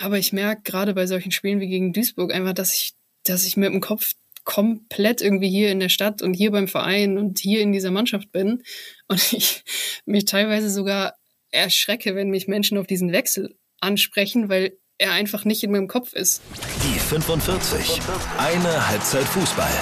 Aber ich merke gerade bei solchen Spielen wie gegen Duisburg einfach, dass ich mit dem Kopf komplett irgendwie hier in der Stadt und hier beim Verein und hier in dieser Mannschaft bin und ich mich teilweise sogar erschrecke, wenn mich Menschen auf diesen Wechsel ansprechen, weil er einfach nicht in meinem Kopf ist. Die 45. Eine Halbzeit Fußball.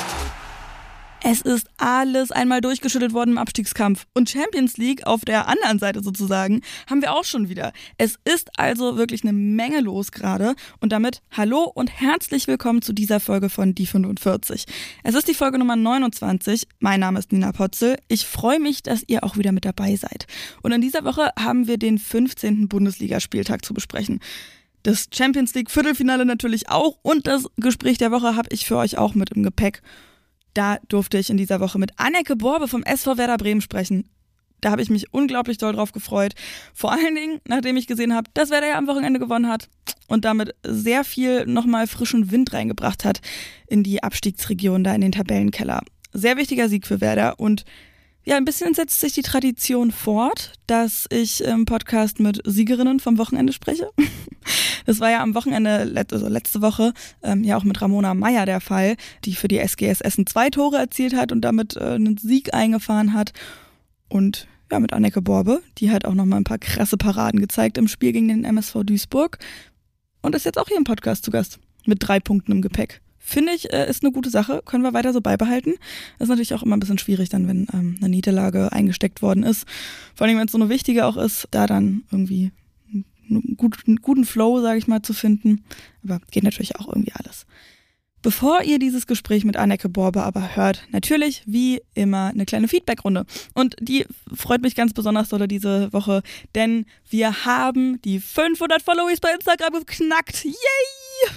Es ist alles einmal durchgeschüttelt worden im Abstiegskampf. Und Champions League auf der anderen Seite sozusagen haben wir auch schon wieder. Es ist also wirklich eine Menge los gerade. Und damit hallo und herzlich willkommen zu dieser Folge von Die 45. Es ist die Folge Nummer 29. Mein Name ist Nina Potzel. Ich freue mich, dass ihr auch wieder mit dabei seid. Und in dieser Woche haben wir den 15. Bundesligaspieltag zu besprechen. Das Champions League Viertelfinale natürlich auch. Und das Gespräch der Woche habe ich für euch auch mit im Gepäck. Da durfte ich in dieser Woche mit Anneke Borbe vom SV Werder Bremen sprechen. Da habe ich mich unglaublich doll drauf gefreut. Vor allen Dingen, nachdem ich gesehen habe, dass Werder ja am Wochenende gewonnen hat und damit sehr viel nochmal frischen Wind reingebracht hat in die Abstiegsregion, da in den Tabellenkeller. Sehr wichtiger Sieg für Werder und ja, ein bisschen setzt sich die Tradition fort, dass ich im Podcast mit Siegerinnen vom Wochenende spreche. Das war ja am Wochenende, also letzte Woche, ja auch mit Ramona Meyer der Fall, die für die SGS Essen 2 Tore erzielt hat und damit einen Sieg eingefahren hat. Und ja, mit Anneke Borbe, die hat auch nochmal ein paar krasse Paraden gezeigt im Spiel gegen den MSV Duisburg. Und ist jetzt auch hier im Podcast zu Gast mit 3 Punkten im Gepäck. Finde ich, ist eine gute Sache, können wir weiter so beibehalten. Das ist natürlich auch immer ein bisschen schwierig dann, wenn eine Niederlage eingesteckt worden ist. Vor allem, wenn es so eine wichtige auch ist, da dann irgendwie einen guten Flow, sage ich mal, zu finden. Aber geht natürlich auch irgendwie alles. Bevor ihr dieses Gespräch mit Anneke Borbe aber hört, natürlich wie immer eine kleine Feedbackrunde. Und die freut mich ganz besonders doll diese Woche, denn wir haben die 500 Followies bei Instagram geknackt. Yay!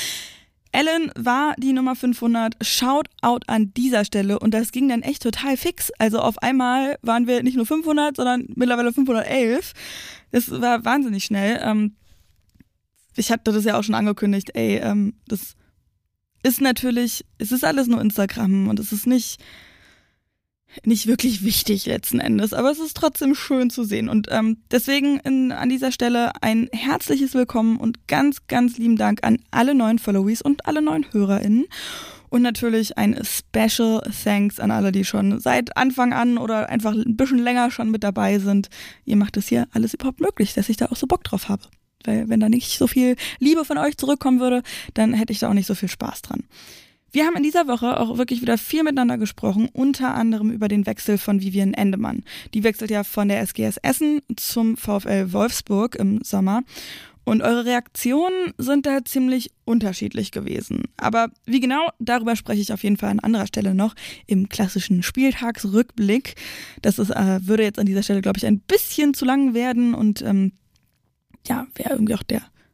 Ellen war die Nummer 500, Shoutout an dieser Stelle und das ging dann echt total fix. Also auf einmal waren wir nicht nur 500, sondern mittlerweile 511. Das war wahnsinnig schnell. Ich hatte das ja auch schon angekündigt, das ist natürlich, es ist alles nur Instagram und es ist nicht wirklich wichtig letzten Endes, aber es ist trotzdem schön zu sehen und deswegen an dieser Stelle ein herzliches Willkommen und ganz, ganz lieben Dank an alle neuen Followies und alle neuen HörerInnen und natürlich ein Special Thanks an alle, die schon seit Anfang an oder einfach ein bisschen länger schon mit dabei sind. Ihr macht es hier alles überhaupt möglich, dass ich da auch so Bock drauf habe, weil wenn da nicht so viel Liebe von euch zurückkommen würde, dann hätte ich da auch nicht so viel Spaß dran. Wir haben in dieser Woche auch wirklich wieder viel miteinander gesprochen, unter anderem über den Wechsel von Vivian Endemann. Die wechselt ja von der SGS Essen zum VfL Wolfsburg im Sommer. Und eure Reaktionen sind da ziemlich unterschiedlich gewesen. Aber wie genau, darüber spreche ich auf jeden Fall an anderer Stelle noch im klassischen Spieltagsrückblick. Das ist, würde jetzt an dieser Stelle, glaube ich, ein bisschen zu lang werden und ja, wäre irgendwie auch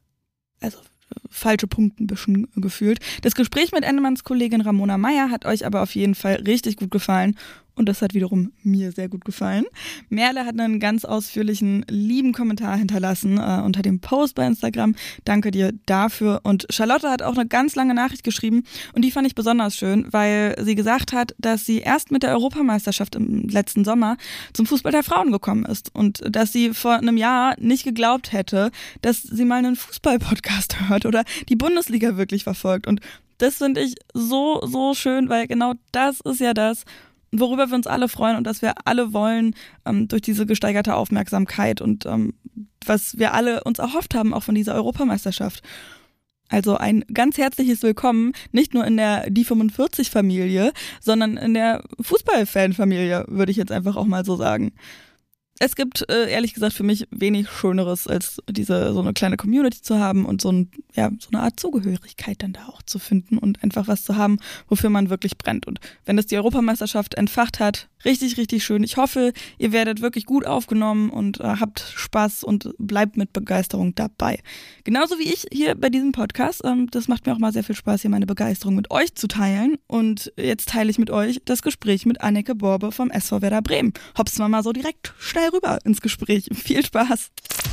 falsche Punkt ein bisschen gefühlt. Das Gespräch mit Endemanns Kollegin Ramona Meyer hat euch aber auf jeden Fall richtig gut gefallen und das hat wiederum mir sehr gut gefallen. Merle hat einen ganz ausführlichen, lieben Kommentar hinterlassen unter dem Post bei Instagram. Danke dir dafür. Und Charlotte hat auch eine ganz lange Nachricht geschrieben und die fand ich besonders schön, weil sie gesagt hat, dass sie erst mit der Europameisterschaft im letzten Sommer zum Fußball der Frauen gekommen ist und dass sie vor einem Jahr nicht geglaubt hätte, dass sie mal einen Fußball-Podcast hört oder die Bundesliga wirklich verfolgt. Und das finde ich so, so schön, weil genau das ist ja das, worüber wir uns alle freuen und dass wir alle wollen durch diese gesteigerte Aufmerksamkeit und was wir alle uns erhofft haben, auch von dieser Europameisterschaft. Also ein ganz herzliches Willkommen, nicht nur in der Die45-Familie, sondern in der Fußballfan-Familie, würde ich jetzt einfach auch mal so sagen. Es gibt, ehrlich gesagt, für mich wenig Schöneres, als so eine kleine Community zu haben und so eine Art Zugehörigkeit dann da auch zu finden und einfach was zu haben, wofür man wirklich brennt. Und wenn das die Europameisterschaft entfacht hat, richtig, richtig schön. Ich hoffe, ihr werdet wirklich gut aufgenommen und habt Spaß und bleibt mit Begeisterung dabei. Genauso wie ich hier bei diesem Podcast. Das macht mir auch mal sehr viel Spaß, hier meine Begeisterung mit euch zu teilen. Und jetzt teile ich mit euch das Gespräch mit Anneke Borbe vom SV Werder Bremen. Hops mal so direkt schnell rüber ins Gespräch. Viel Spaß.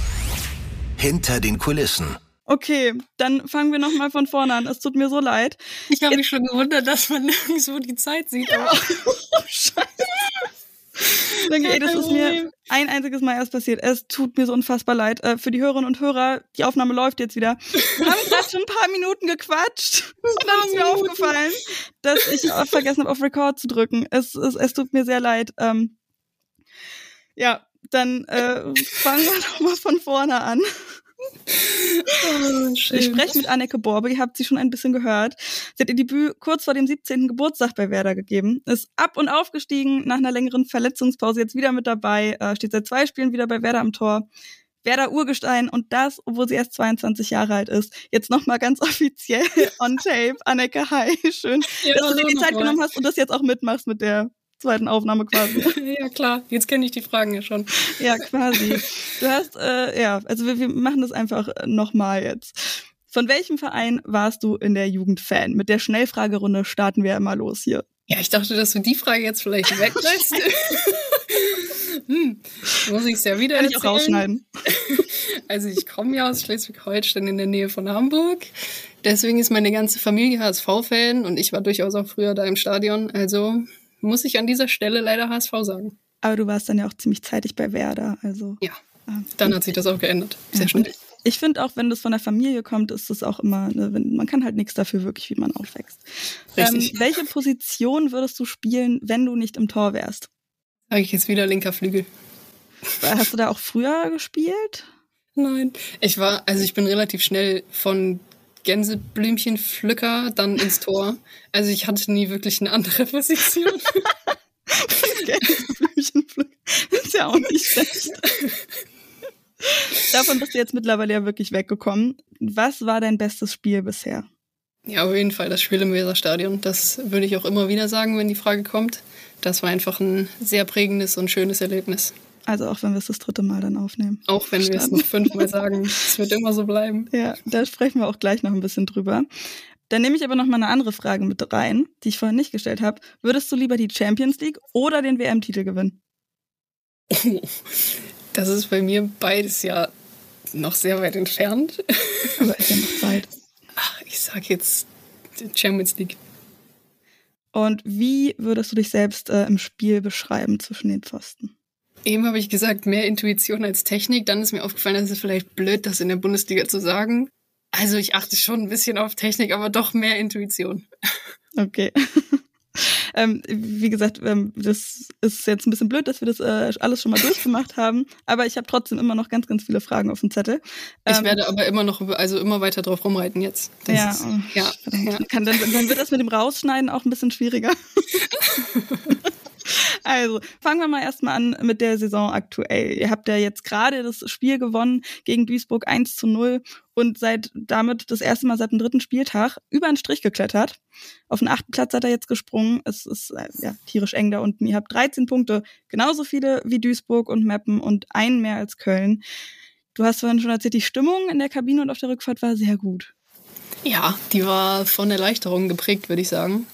Hinter den Kulissen. Okay, dann fangen wir nochmal von vorne an. Es tut mir so leid. Ich habe mich schon gewundert, dass man nirgendwo die Zeit sieht. Ja. Scheiße. Danke, das ist mir ein einziges Mal erst passiert. Es tut mir so unfassbar leid. Für die Hörerinnen und Hörer, die Aufnahme läuft jetzt wieder. Wir haben gerade schon ein paar Minuten gequatscht und dann ist mir aufgefallen, dass ich vergessen habe, auf Record zu drücken. Es tut mir sehr leid. Ja, dann fangen wir doch mal von vorne an. Oh, schön. Ich spreche mit Anneke Borbe, ihr habt sie schon ein bisschen gehört. Sie hat ihr Debüt kurz vor dem 17. Geburtstag bei Werder gegeben, ist ab- und aufgestiegen nach einer längeren Verletzungspause, jetzt wieder mit dabei, steht seit 2 Spielen wieder bei Werder am Tor. Werder Urgestein und das, obwohl sie erst 22 Jahre alt ist. Jetzt nochmal ganz offiziell on tape. Anneke, hi, schön, dass du dir die Zeit genommen hast und das jetzt auch mitmachst mit der zweiten Aufnahme quasi. Ja, klar. Jetzt kenne ich die Fragen ja schon. Ja, quasi. Du hast, also wir machen das einfach nochmal jetzt. Von welchem Verein warst du in der Jugend Fan? Mit der Schnellfragerunde starten wir immer los hier. Ja, ich dachte, dass du die Frage jetzt vielleicht weglässt. Muss ich es ja wieder Kann erzählen. ich auch rausschneiden. Also ich komme ja aus Schleswig-Holstein in der Nähe von Hamburg. Deswegen ist meine ganze Familie HSV-Fan und ich war durchaus auch früher da im Stadion. Also muss ich an dieser Stelle leider HSV sagen. Aber du warst dann ja auch ziemlich zeitig bei Werder, also. Ja, dann hat sich das auch geändert. Sehr schnell. Ich finde auch, wenn das von der Familie kommt, ist es auch immer, man kann halt nichts dafür wirklich, wie man aufwächst. Richtig. Welche Position würdest du spielen, wenn du nicht im Tor wärst? Sag ich jetzt wieder linker Flügel. Hast du da auch früher gespielt? Nein. Ich bin relativ schnell von Gänseblümchenpflücker dann ins Tor. Also ich hatte nie wirklich eine andere Position. Gänseblümchenpflücker, das ist ja auch nicht schlecht. Davon bist du jetzt mittlerweile ja wirklich weggekommen. Was war dein bestes Spiel bisher? Ja, auf jeden Fall das Spiel im Weserstadion. Das würde ich auch immer wieder sagen, wenn die Frage kommt. Das war einfach ein sehr prägendes und schönes Erlebnis. Also auch wenn wir es das 3. Mal dann aufnehmen. Auch wenn wir es noch 5 Mal sagen. Es wird immer so bleiben. Ja, da sprechen wir auch gleich noch ein bisschen drüber. Dann nehme ich aber noch mal eine andere Frage mit rein, die ich vorhin nicht gestellt habe. Würdest du lieber die Champions League oder den WM-Titel gewinnen? Das ist bei mir beides ja noch sehr weit entfernt. Aber ist ja noch Zeit. Ach, ich sag jetzt Champions League. Und wie würdest du dich selbst im Spiel beschreiben zwischen den Pfosten? Eben habe ich gesagt, mehr Intuition als Technik. Dann ist mir aufgefallen, das ist vielleicht blöd, das in der Bundesliga zu sagen. Also ich achte schon ein bisschen auf Technik, aber doch mehr Intuition. Okay. Wie gesagt, das ist jetzt ein bisschen blöd, dass wir das alles schon mal durchgemacht haben, aber ich habe trotzdem immer noch ganz, ganz viele Fragen auf dem Zettel. Ich werde aber immer weiter drauf rumreiten jetzt. Ja. Dann wird das mit dem Rausschneiden auch ein bisschen schwieriger. Also, fangen wir mal erstmal an mit der Saison aktuell. Ihr habt ja jetzt gerade das Spiel gewonnen gegen Duisburg 1:0 und seid damit das erste Mal seit dem 3. Spieltag über den Strich geklettert. Auf den 8. Platz seid ihr jetzt gesprungen. Es ist tierisch eng da unten. Ihr habt 13 Punkte, genauso viele wie Duisburg und Meppen und einen mehr als Köln. Du hast vorhin schon erzählt, die Stimmung in der Kabine und auf der Rückfahrt war sehr gut. Ja, die war von Erleichterung geprägt, würde ich sagen.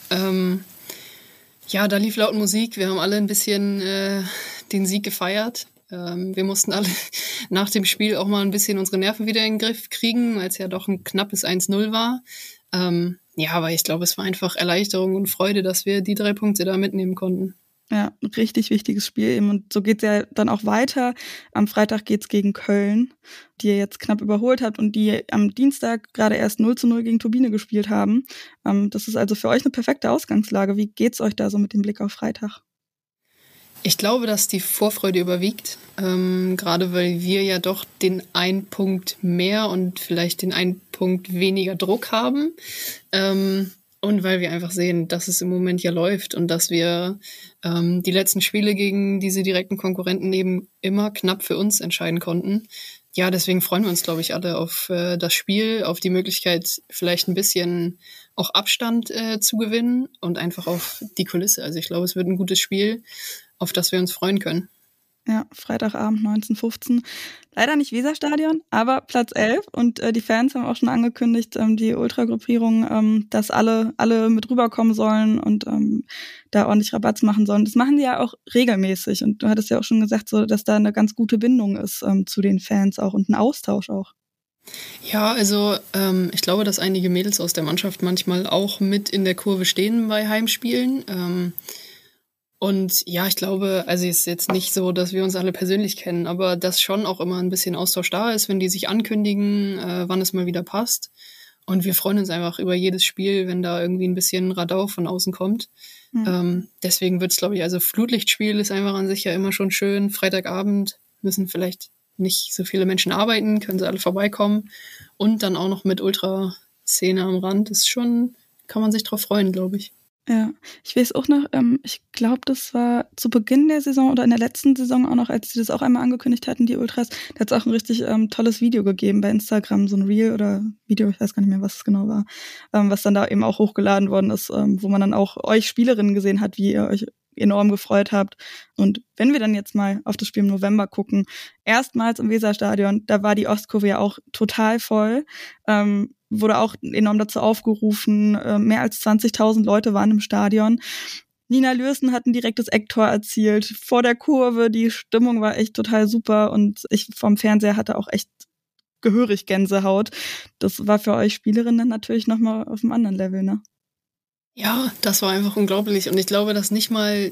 Ja, da lief laut Musik. Wir haben alle ein bisschen den Sieg gefeiert. Wir mussten alle nach dem Spiel auch mal ein bisschen unsere Nerven wieder in den Griff kriegen, weil es ja doch ein knappes 1:0 war. Aber ich glaube, es war einfach Erleichterung und Freude, dass wir die 3 Punkte da mitnehmen konnten. Ja, ein richtig wichtiges Spiel eben. Und so geht's ja dann auch weiter. Am Freitag geht's gegen Köln, die ihr jetzt knapp überholt habt und die am Dienstag gerade erst 0:0 gegen Turbine gespielt haben. Das ist also für euch eine perfekte Ausgangslage. Wie geht's euch da so mit dem Blick auf Freitag? Ich glaube, dass die Vorfreude überwiegt. Gerade weil wir ja doch den 1 Punkt mehr und vielleicht den 1 Punkt weniger Druck haben. Und weil wir einfach sehen, dass es im Moment ja läuft und dass wir die letzten Spiele gegen diese direkten Konkurrenten eben immer knapp für uns entscheiden konnten. Ja, deswegen freuen wir uns, glaube ich, alle auf das Spiel, auf die Möglichkeit, vielleicht ein bisschen auch Abstand zu gewinnen und einfach auf die Kulisse. Also ich glaube, es wird ein gutes Spiel, auf das wir uns freuen können. Ja, Freitagabend 19:15. Leider nicht Weserstadion, aber Platz 11. Und die Fans haben auch schon angekündigt, die Ultragruppierung, dass alle mit rüberkommen sollen und da ordentlich Rabatz machen sollen. Das machen die ja auch regelmäßig. Und du hattest ja auch schon gesagt, so, dass da eine ganz gute Bindung ist zu den Fans auch und ein Austausch auch. Ja, also ich glaube, dass einige Mädels aus der Mannschaft manchmal auch mit in der Kurve stehen bei Heimspielen. Und ja, ich glaube, also es ist jetzt nicht so, dass wir uns alle persönlich kennen, aber dass schon auch immer ein bisschen Austausch da ist, wenn die sich ankündigen, wann es mal wieder passt. Und wir freuen uns einfach über jedes Spiel, wenn da irgendwie ein bisschen Radau von außen kommt. Deswegen wird's, glaube ich, also Flutlichtspiel ist einfach an sich ja immer schon schön. Freitagabend müssen vielleicht nicht so viele Menschen arbeiten, können sie alle vorbeikommen. Und dann auch noch mit Ultraszene am Rand. Ist schon, kann man sich drauf freuen, glaube ich. Ja, ich weiß auch noch, ich glaube, das war zu Beginn der Saison oder in der letzten Saison auch noch, als sie das auch einmal angekündigt hatten, die Ultras, da hat es auch ein richtig tolles Video gegeben bei Instagram, so ein Reel oder Video, ich weiß gar nicht mehr, was es genau war, was dann da eben auch hochgeladen worden ist, wo man dann auch euch Spielerinnen gesehen hat, wie ihr euch enorm gefreut habt. Und wenn wir dann jetzt mal auf das Spiel im November gucken, erstmals im Weserstadion, da war die Ostkurve ja auch total voll, wurde auch enorm dazu aufgerufen, mehr als 20.000 Leute waren im Stadion. Nina Lürsen hat ein direktes Ecktor erzielt, vor der Kurve, die Stimmung war echt total super und ich vom Fernseher hatte auch echt gehörig Gänsehaut. Das war für euch Spielerinnen natürlich nochmal auf einem anderen Level, ne? Ja, das war einfach unglaublich und ich glaube, dass nicht mal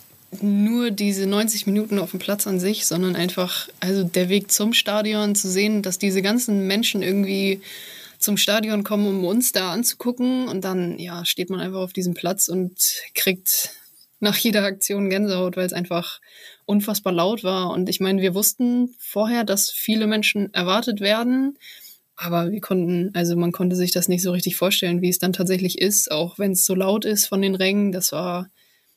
nur diese 90 Minuten auf dem Platz an sich, sondern einfach, also der Weg zum Stadion zu sehen, dass diese ganzen Menschen irgendwie zum Stadion kommen, um uns da anzugucken und dann, ja, steht man einfach auf diesem Platz und kriegt nach jeder Aktion Gänsehaut, weil es einfach unfassbar laut war und ich meine, wir wussten vorher, dass viele Menschen erwartet werden, aber man konnte sich das nicht so richtig vorstellen, wie es dann tatsächlich ist, auch wenn es so laut ist von den Rängen, das war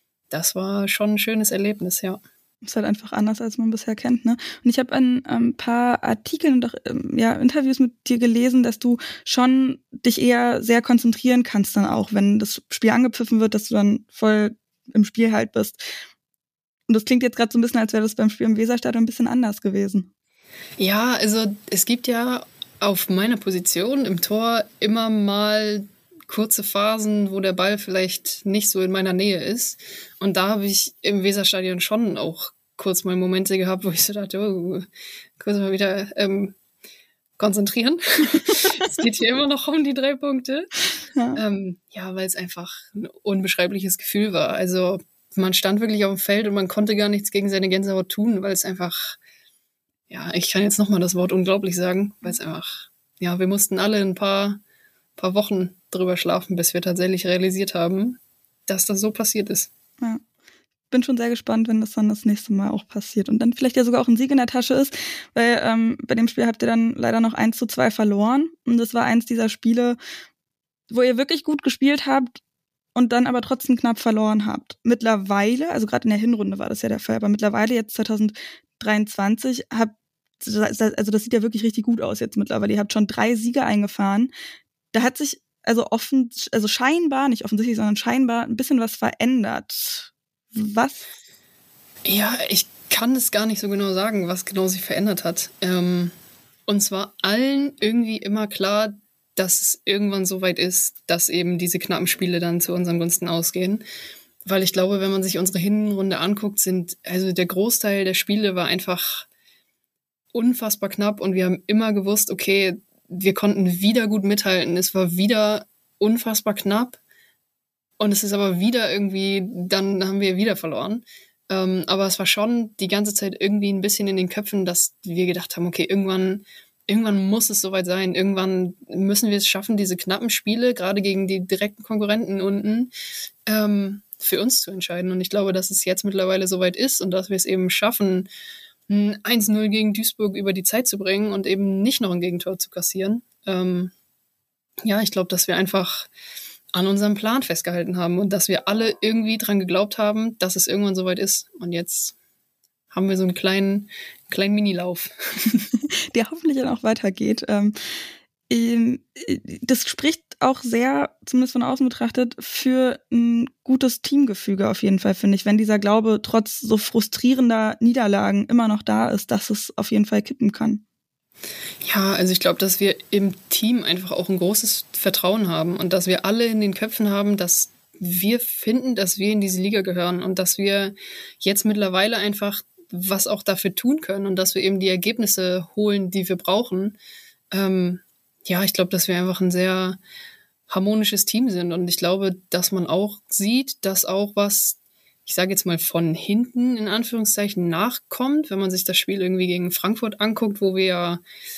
schon ein schönes Erlebnis, ja. Ist halt einfach anders, als man bisher kennt, ne? Und ich habe ein paar Artikel und auch Interviews mit dir gelesen, dass du schon dich eher sehr konzentrieren kannst dann auch, wenn das Spiel angepfiffen wird, dass du dann voll im Spiel halt bist. Und das klingt jetzt gerade so ein bisschen, als wäre das beim Spiel im Weserstadion ein bisschen anders gewesen. Ja, also es gibt ja auf meiner Position im Tor immer mal kurze Phasen, wo der Ball vielleicht nicht so in meiner Nähe ist. Und da habe ich im Weserstadion schon auch kurz mal Momente gehabt, wo ich so dachte, kurz mal wieder konzentrieren. Es geht hier immer noch um die 3 Punkte. Ja, weil es einfach ein unbeschreibliches Gefühl war. Also man stand wirklich auf dem Feld und man konnte gar nichts gegen seine Gänsehaut tun, weil es einfach, ja, ich kann jetzt nochmal das Wort unglaublich sagen, weil es einfach, ja, wir mussten alle ein paar Wochen drüber schlafen, bis wir tatsächlich realisiert haben, dass das so passiert ist. Ja. Bin schon sehr gespannt, wenn das dann das nächste Mal auch passiert und dann vielleicht ja sogar auch ein Sieg in der Tasche ist, weil bei dem Spiel habt ihr dann leider noch 1:2 verloren und das war eins dieser Spiele, wo ihr wirklich gut gespielt habt und dann aber trotzdem knapp verloren habt. Mittlerweile, also gerade in der Hinrunde war das ja der Fall, aber mittlerweile jetzt 2023 also das sieht ja wirklich richtig gut aus jetzt mittlerweile. Ihr habt schon 3 Siege eingefahren. Da hat sich also scheinbar, nicht offensichtlich, sondern scheinbar ein bisschen was verändert. Was? Ja, ich kann es gar nicht so genau sagen, was genau sich verändert hat. Uns war allen irgendwie immer klar, dass es irgendwann so weit ist, dass eben diese knappen Spiele dann zu unseren Gunsten ausgehen. Weil ich glaube, wenn man sich unsere Hinrunde anguckt, also der Großteil der Spiele war einfach unfassbar knapp und wir haben immer gewusst, okay, wir konnten wieder gut mithalten. Es war wieder unfassbar knapp und es ist aber wieder irgendwie, dann haben wir wieder verloren. Aber es war schon die ganze Zeit irgendwie ein bisschen in den Köpfen, dass wir gedacht haben, okay, irgendwann muss es soweit sein. Irgendwann müssen wir es schaffen, diese knappen Spiele, gerade gegen die direkten Konkurrenten unten, für uns zu entscheiden. Und ich glaube, dass es jetzt mittlerweile soweit ist und dass wir es eben schaffen, 1:0 gegen Duisburg über die Zeit zu bringen und eben nicht noch ein Gegentor zu kassieren. Ja, ich glaube, dass wir einfach an unserem Plan festgehalten haben und dass wir alle irgendwie dran geglaubt haben, dass es irgendwann soweit ist. Und jetzt haben wir so einen kleinen Minilauf. Der hoffentlich dann auch weitergeht. Das spricht auch sehr, zumindest von außen betrachtet, für ein gutes Teamgefüge auf jeden Fall, finde ich, wenn dieser Glaube trotz so frustrierender Niederlagen immer noch da ist, dass es auf jeden Fall kippen kann. Ja, also ich glaube, dass wir im Team einfach auch ein großes Vertrauen haben und dass wir alle in den Köpfen haben, dass wir finden, dass wir in diese Liga gehören und dass wir jetzt mittlerweile einfach was auch dafür tun können und dass wir eben die Ergebnisse holen, die wir brauchen. Ja, ich glaube, dass wir einfach ein sehr harmonisches Team sind und ich glaube, dass man auch sieht, dass auch was ich sage jetzt mal, von hinten in Anführungszeichen nachkommt, wenn man sich das Spiel irgendwie gegen Frankfurt anguckt, wo wir ja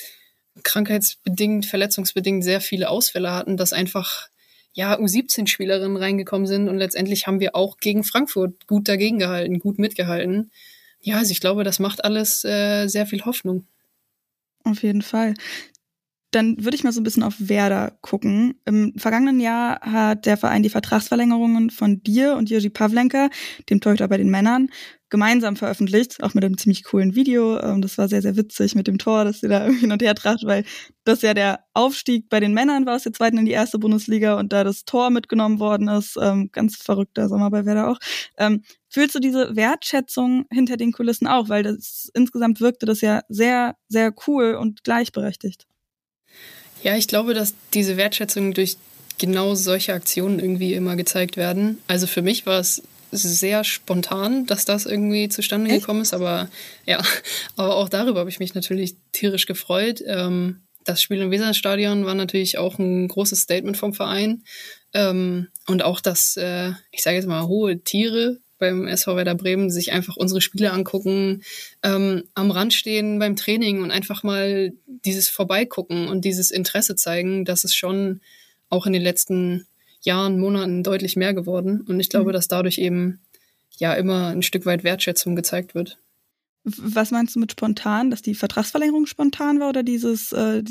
krankheitsbedingt, verletzungsbedingt sehr viele Ausfälle hatten, dass einfach U17-Spielerinnen reingekommen sind und letztendlich haben wir auch gegen Frankfurt gut dagegen gehalten, gut mitgehalten. Ja, also ich glaube, das macht alles sehr viel Hoffnung. Auf jeden Fall. Dann würde ich mal so ein bisschen auf Werder gucken. Im vergangenen Jahr hat der Verein die Vertragsverlängerungen von dir und Jiří Pavlenka, dem Torhüter bei den Männern, gemeinsam veröffentlicht, auch mit einem ziemlich coolen Video. Das war sehr, sehr witzig mit dem Tor, das ihr da hin und her tracht, weil das ja der Aufstieg bei den Männern war aus der zweiten in die erste Bundesliga und da das Tor mitgenommen worden ist. Ganz verrückter Sommer bei Werder auch. Fühlst du diese Wertschätzung hinter den Kulissen auch? Weil das insgesamt wirkte das ja sehr, sehr cool und gleichberechtigt. Ja, ich glaube, dass diese Wertschätzung durch genau solche Aktionen irgendwie immer gezeigt werden. Also für mich war es sehr spontan, dass das irgendwie zustande gekommen ist, aber auch darüber habe ich mich natürlich tierisch gefreut. Das Spiel im Weserstadion war natürlich auch ein großes Statement vom Verein und auch, dass, ich sage jetzt mal, hohe Tiere beim SV Werder Bremen sich einfach unsere Spiele angucken, am Rand stehen beim Training und einfach mal dieses Vorbeigucken und dieses Interesse zeigen, das ist schon auch in den letzten Jahren, Monaten deutlich mehr geworden. Und ich glaube, dass dadurch eben immer ein Stück weit Wertschätzung gezeigt wird. Was meinst du mit spontan? Dass die Vertragsverlängerung spontan war oder dieses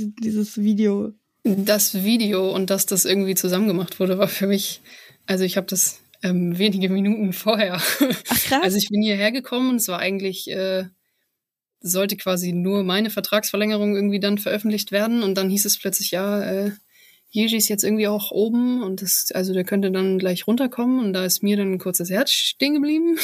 Video? Das Video und dass das irgendwie zusammen gemacht wurde, war für mich, also ich habe das wenige Minuten vorher. Ach, krass. Also ich bin hierher gekommen und es war eigentlich, sollte quasi nur meine Vertragsverlängerung irgendwie dann veröffentlicht werden und dann hieß es plötzlich, Jiří ist jetzt irgendwie auch oben und der könnte dann gleich runterkommen und da ist mir dann ein kurzes Herz stehen geblieben.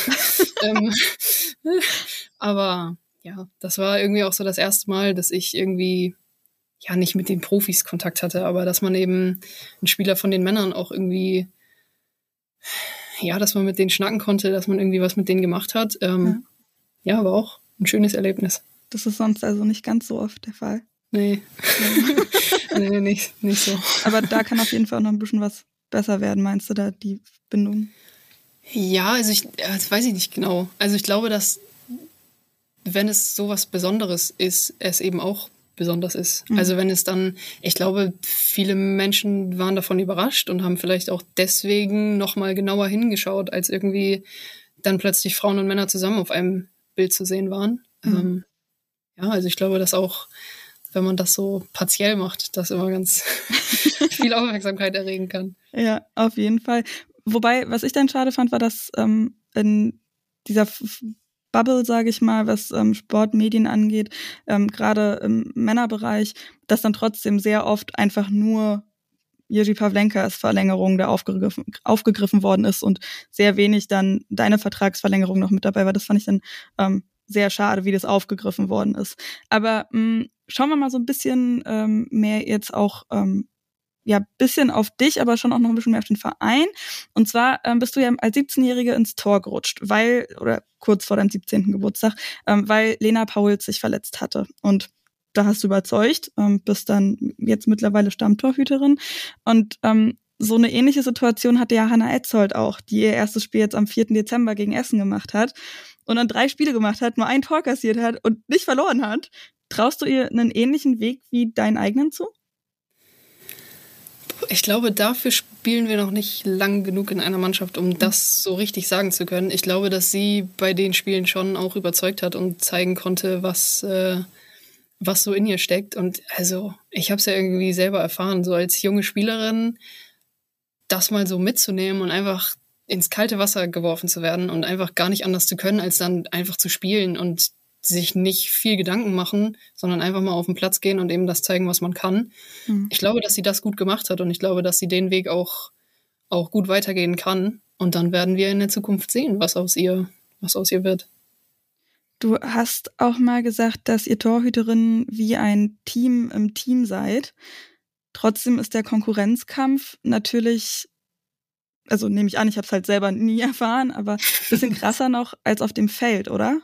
Aber ja, das war irgendwie auch so das erste Mal, dass ich irgendwie nicht mit den Profis Kontakt hatte, aber dass man eben einen Spieler von den Männern auch irgendwie dass man mit denen schnacken konnte, dass man irgendwie was mit denen gemacht hat. War auch ein schönes Erlebnis. Das ist sonst also nicht ganz so oft der Fall. Nee. Nee, nicht so. Aber da kann auf jeden Fall auch noch ein bisschen was besser werden, meinst du da, die Bindung? Ja, also das weiß ich nicht genau. Also ich glaube, dass, wenn es sowas Besonderes ist, es eben auch besonders ist. Also wenn es dann, ich glaube, viele Menschen waren davon überrascht und haben vielleicht auch deswegen nochmal genauer hingeschaut, als irgendwie dann plötzlich Frauen und Männer zusammen auf einem Bild zu sehen waren. Also ich glaube, dass auch, wenn man das so partiell macht, das immer ganz viel Aufmerksamkeit erregen kann. Ja, auf jeden Fall. Wobei, was ich dann schade fand, war, dass in dieser Bubble, sage ich mal, was Sportmedien angeht, gerade im Männerbereich, dass dann trotzdem sehr oft einfach nur Jiří Pavlenkas Verlängerung da aufgegriffen worden ist und sehr wenig dann deine Vertragsverlängerung noch mit dabei war. Das fand ich dann sehr schade, wie das aufgegriffen worden ist. Aber schauen wir mal so ein bisschen mehr jetzt auch bisschen auf dich, aber schon auch noch ein bisschen mehr auf den Verein. Und zwar bist du ja als 17-Jährige ins Tor gerutscht, oder kurz vor deinem 17. Geburtstag, weil Lena Pauls sich verletzt hatte. Und da hast du überzeugt, bist dann jetzt mittlerweile Stammtorhüterin. Und so eine ähnliche Situation hatte ja Hannah Etzold auch, die ihr erstes Spiel jetzt am 4. Dezember gegen Essen gemacht hat und dann 3 Spiele gemacht hat, nur ein Tor kassiert hat und nicht verloren hat. Traust du ihr einen ähnlichen Weg wie deinen eigenen zu? Ich glaube, dafür spielen wir noch nicht lang genug in einer Mannschaft, um das so richtig sagen zu können. Ich glaube, dass sie bei den Spielen schon auch überzeugt hat und zeigen konnte, was so in ihr steckt. Und also, ich habe es ja irgendwie selber erfahren, so als junge Spielerin das mal so mitzunehmen und einfach ins kalte Wasser geworfen zu werden und einfach gar nicht anders zu können, als dann einfach zu spielen und sich nicht viel Gedanken machen, sondern einfach mal auf den Platz gehen und eben das zeigen, was man kann. Ich glaube, dass sie das gut gemacht hat und ich glaube, dass sie den Weg auch gut weitergehen kann. Und dann werden wir in der Zukunft sehen, was aus ihr wird. Du hast auch mal gesagt, dass ihr Torhüterinnen wie ein Team im Team seid. Trotzdem ist der Konkurrenzkampf natürlich, also nehme ich an, ich habe es halt selber nie erfahren, aber ein bisschen krasser noch als auf dem Feld, oder?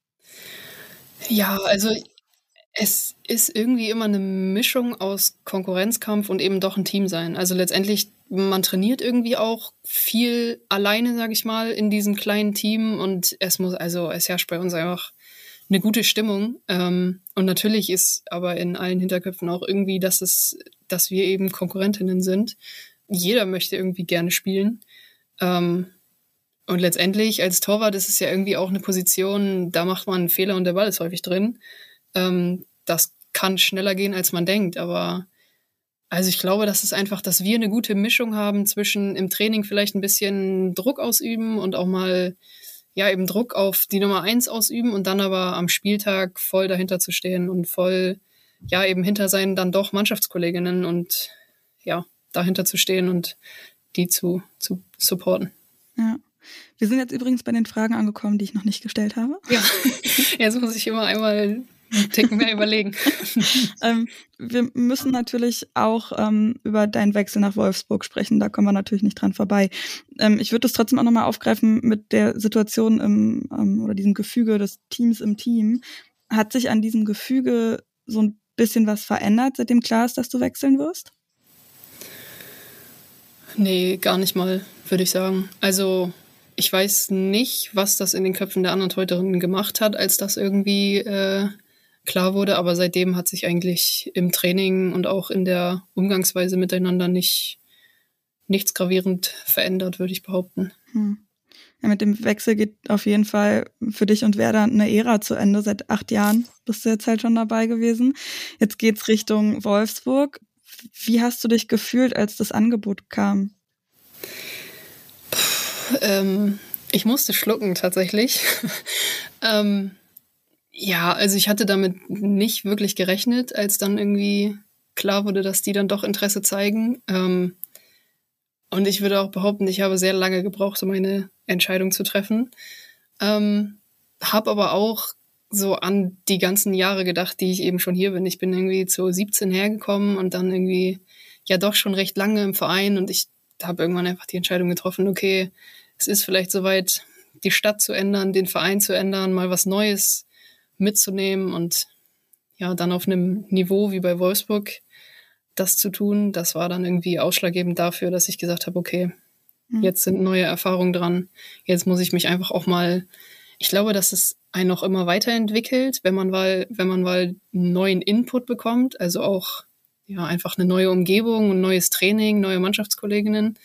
Ja, also es ist irgendwie immer eine Mischung aus Konkurrenzkampf und eben doch ein Team sein. Also letztendlich man trainiert irgendwie auch viel alleine, sage ich mal, in diesem kleinen Team und es herrscht bei uns einfach eine gute Stimmung. Und natürlich ist aber in allen Hinterköpfen auch irgendwie, dass wir eben Konkurrentinnen sind. Jeder möchte irgendwie gerne spielen. Und letztendlich als Torwart ist es ja irgendwie auch eine Position, da macht man einen Fehler und der Ball ist häufig drin. Das kann schneller gehen, als man denkt, aber also ich glaube, dass wir eine gute Mischung haben zwischen im Training vielleicht ein bisschen Druck ausüben und auch mal ja eben Druck auf die Nummer 1 ausüben und dann aber am Spieltag voll dahinter zu stehen und voll ja eben hinter seinen dann doch Mannschaftskolleginnen und ja dahinter zu stehen und die zu supporten. Ja. Wir sind jetzt übrigens bei den Fragen angekommen, die ich noch nicht gestellt habe. Ja, jetzt muss ich immer einmal einen Ticken mehr überlegen. Wir müssen natürlich auch über deinen Wechsel nach Wolfsburg sprechen. Da kommen wir natürlich nicht dran vorbei. Ich würde das trotzdem auch nochmal aufgreifen mit der Situation oder diesem Gefüge des Teams im Team. Hat sich an diesem Gefüge so ein bisschen was verändert, seitdem klar ist, dass du wechseln wirst? Nee, gar nicht mal, würde ich sagen. Also ich weiß nicht, was das in den Köpfen der anderen Torhüterinnen gemacht hat, als das irgendwie klar wurde, aber seitdem hat sich eigentlich im Training und auch in der Umgangsweise miteinander nichts gravierend verändert, würde ich behaupten. Ja, mit dem Wechsel geht auf jeden Fall für dich und Werder eine Ära zu Ende. Seit 8 Jahren bist du jetzt halt schon dabei gewesen. Jetzt geht's Richtung Wolfsburg. Wie hast du dich gefühlt, als das Angebot kam? Ich musste schlucken tatsächlich. Ja, also ich hatte damit nicht wirklich gerechnet, als dann irgendwie klar wurde, dass die dann doch Interesse zeigen. Und ich würde auch behaupten, ich habe sehr lange gebraucht, um meine Entscheidung zu treffen. Hab aber auch so an die ganzen Jahre gedacht, die ich eben schon hier bin. Ich bin irgendwie zu 17 hergekommen und dann irgendwie ja doch schon recht lange im Verein und ich habe irgendwann einfach die Entscheidung getroffen, okay, es ist vielleicht soweit, die Stadt zu ändern, den Verein zu ändern, mal was Neues mitzunehmen und ja, dann auf einem Niveau wie bei Wolfsburg das zu tun, das war dann irgendwie ausschlaggebend dafür, dass ich gesagt habe, okay, jetzt sind neue Erfahrungen dran, jetzt muss ich mich einfach auch mal, ich glaube, dass es einen auch immer weiterentwickelt, wenn man mal einen neuen Input bekommt, also auch ja einfach eine neue Umgebung, ein neues Training, neue Mannschaftskolleginnen.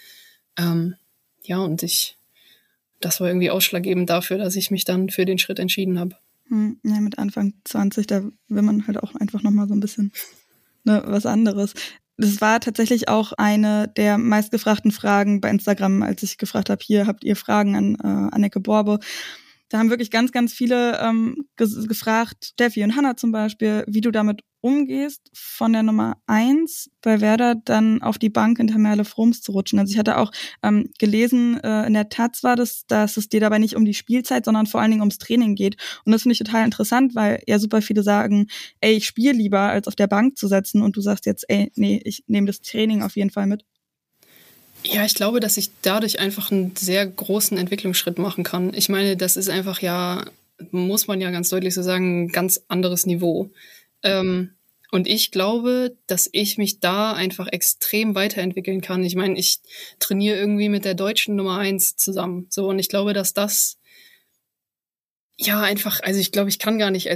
Ja, und das war irgendwie ausschlaggebend dafür, dass ich mich dann für den Schritt entschieden habe. Ja, mit Anfang 20, da will man halt auch einfach nochmal so ein bisschen was anderes. Das war tatsächlich auch eine der meistgefragten Fragen bei Instagram, als ich gefragt habe, hier habt ihr Fragen an Anneke Borbe. Da haben wirklich ganz, ganz viele gefragt, Steffi und Hannah zum Beispiel, wie du damit umgehst, von der Nummer 1 bei Werder dann auf die Bank hinter Merle Frums zu rutschen. Also ich hatte auch gelesen, in der Taz war das, dass es dir dabei nicht um die Spielzeit, sondern vor allen Dingen ums Training geht. Und das finde ich total interessant, weil ja super viele sagen, ey, ich spiele lieber, als auf der Bank zu sitzen. Und du sagst jetzt, ey, nee, ich nehme das Training auf jeden Fall mit. Ja, ich glaube, dass ich dadurch einfach einen sehr großen Entwicklungsschritt machen kann. Ich meine, das ist einfach ja, muss man ja ganz deutlich so sagen, ein ganz anderes Niveau. Und ich glaube, dass ich mich da einfach extrem weiterentwickeln kann. Ich meine, ich trainiere irgendwie mit der deutschen Nummer 1 zusammen. So, und ich glaube, dass das ja einfach, also ich glaube, ich kann gar nicht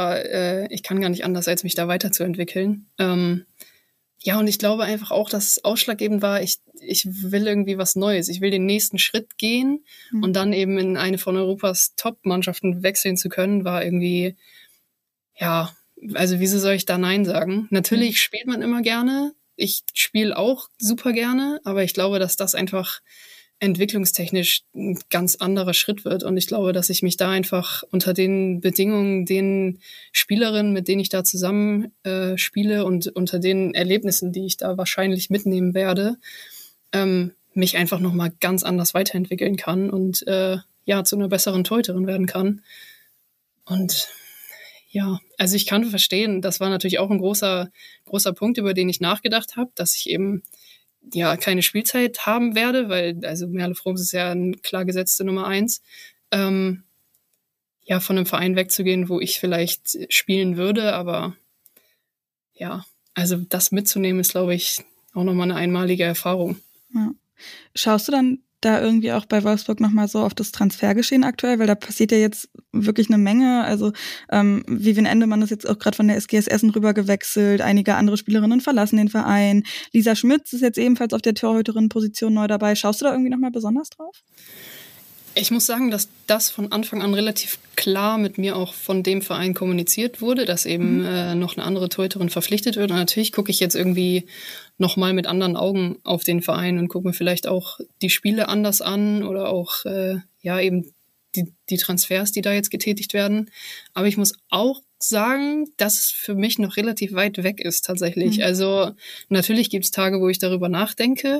anders, als mich da weiterzuentwickeln. Ja, und ich glaube einfach auch, dass es ausschlaggebend war, ich will irgendwie was Neues. Ich will den nächsten Schritt gehen und dann eben in eine von Europas Top-Mannschaften wechseln zu können, war irgendwie, ja, also wieso soll ich da Nein sagen? Natürlich spielt man immer gerne. Ich spiele auch super gerne, aber ich glaube, dass das einfach entwicklungstechnisch ein ganz anderer Schritt wird. Und ich glaube, dass ich mich da einfach unter den Bedingungen, den Spielerinnen, mit denen ich da zusammen spiele und unter den Erlebnissen, die ich da wahrscheinlich mitnehmen werde, mich einfach nochmal ganz anders weiterentwickeln kann und ja, zu einer besseren Torhüterin werden kann. Und ja, also ich kann verstehen, das war natürlich auch ein großer Punkt, über den ich nachgedacht habe, dass ich eben ja keine Spielzeit haben werde, weil also Merle Frums ist ja eine klar gesetzte Nummer 1. Ja, von einem Verein wegzugehen, wo ich vielleicht spielen würde, aber ja, also das mitzunehmen ist, glaube ich, auch nochmal eine einmalige Erfahrung. Ja. Schaust du dann da irgendwie auch bei Wolfsburg nochmal so auf das Transfergeschehen aktuell? Weil da passiert ja jetzt wirklich eine Menge. Also Vivian Endemann ist jetzt auch gerade von der SGS Essen rüber gewechselt. Einige andere Spielerinnen verlassen den Verein. Lisa Schmitz ist jetzt ebenfalls auf der Torhüterinnenposition neu dabei. Schaust du da irgendwie nochmal besonders drauf? Ich muss sagen, dass das von Anfang an relativ klar mit mir auch von dem Verein kommuniziert wurde, dass eben noch eine andere Torhüterin verpflichtet wird. Und natürlich gucke ich jetzt irgendwie nochmal mit anderen Augen auf den Verein und gucke mir vielleicht auch die Spiele anders an oder auch eben die Transfers, die da jetzt getätigt werden. Aber ich muss auch sagen, dass es für mich noch relativ weit weg ist tatsächlich. Also natürlich gibt es Tage, wo ich darüber nachdenke.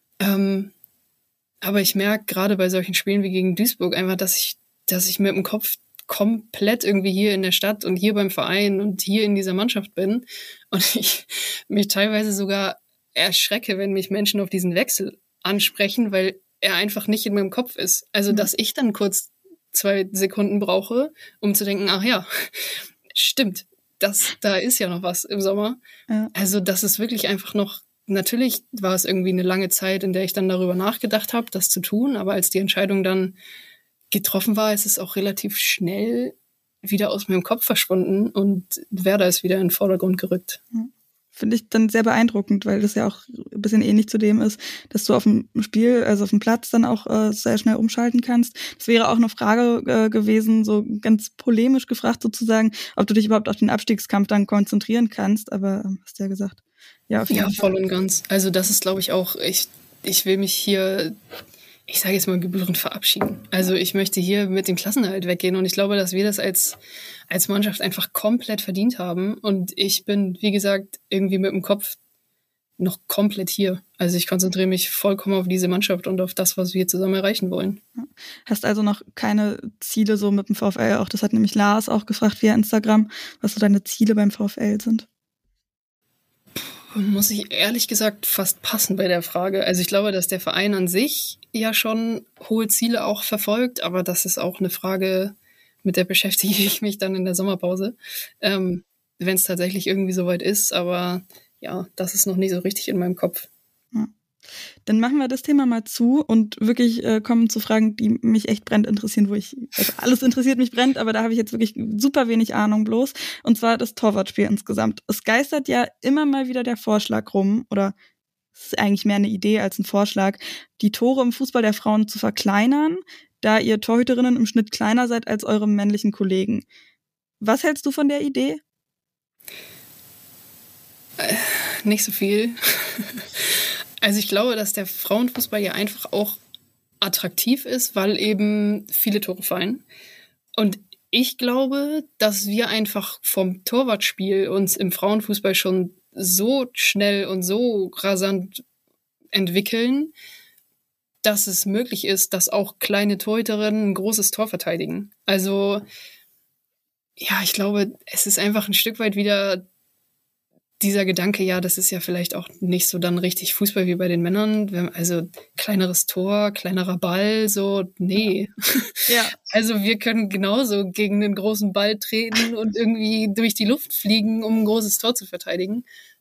Aber ich merke gerade bei solchen Spielen wie gegen Duisburg einfach, dass ich mit dem Kopf komplett irgendwie hier in der Stadt und hier beim Verein und hier in dieser Mannschaft bin und ich mich teilweise sogar erschrecke, wenn mich Menschen auf diesen Wechsel ansprechen, weil er einfach nicht in meinem Kopf ist. Also, dass ich dann kurz 2 Sekunden brauche, um zu denken, ach ja, stimmt, da ist ja noch was im Sommer. Ja. Also, das ist wirklich einfach noch. Natürlich war es irgendwie eine lange Zeit, in der ich dann darüber nachgedacht habe, das zu tun. Aber als die Entscheidung dann getroffen war, ist es auch relativ schnell wieder aus meinem Kopf verschwunden und Werder ist wieder in den Vordergrund gerückt. Finde ich dann sehr beeindruckend, weil das ja auch ein bisschen ähnlich zu dem ist, dass du auf dem Spiel, also auf dem Platz dann auch sehr schnell umschalten kannst. Das wäre auch eine Frage gewesen, so ganz polemisch gefragt sozusagen, ob du dich überhaupt auf den Abstiegskampf dann konzentrieren kannst. Aber hast du ja gesagt. Ja, voll und ganz. Also das ist, glaube ich, auch, ich will mich hier, ich sage jetzt mal, gebührend verabschieden. Also ich möchte hier mit dem Klassenerhalt weggehen und ich glaube, dass wir das als Mannschaft einfach komplett verdient haben und ich bin, wie gesagt, irgendwie mit dem Kopf noch komplett hier. Also ich konzentriere mich vollkommen auf diese Mannschaft und auf das, was wir zusammen erreichen wollen. Hast also noch keine Ziele so mit dem VfL? Auch das hat nämlich Lars auch gefragt via Instagram, was so deine Ziele beim VfL sind. Muss ich ehrlich gesagt fast passen bei der Frage. Also ich glaube, dass der Verein an sich ja schon hohe Ziele auch verfolgt, aber das ist auch eine Frage, mit der beschäftige ich mich dann in der Sommerpause, wenn es tatsächlich irgendwie soweit ist. Aber ja, das ist noch nicht so richtig in meinem Kopf. Ja. Dann machen wir das Thema mal zu und wirklich kommen zu Fragen, die mich echt brennend interessieren, also alles interessiert mich brennt, aber da habe ich jetzt wirklich super wenig Ahnung bloß. Und zwar das Torwartspiel insgesamt. Es geistert ja immer mal wieder der Vorschlag rum, oder es ist eigentlich mehr eine Idee als ein Vorschlag, die Tore im Fußball der Frauen zu verkleinern, da ihr Torhüterinnen im Schnitt kleiner seid als eure männlichen Kollegen. Was hältst du von der Idee? Nicht so viel. Also ich glaube, dass der Frauenfußball ja einfach auch attraktiv ist, weil eben viele Tore fallen. Und ich glaube, dass wir einfach vom Torwartspiel uns im Frauenfußball schon so schnell und so rasant entwickeln, dass es möglich ist, dass auch kleine Torhüterinnen ein großes Tor verteidigen. Also ja, ich glaube, es ist einfach ein Stück weit wieder dieser Gedanke, ja, das ist ja vielleicht auch nicht so dann richtig Fußball wie bei den Männern. Also kleineres Tor, kleinerer Ball, so, nee. Ja. Also wir können genauso gegen einen großen Ball treten und irgendwie durch die Luft fliegen, um ein großes Tor zu verteidigen.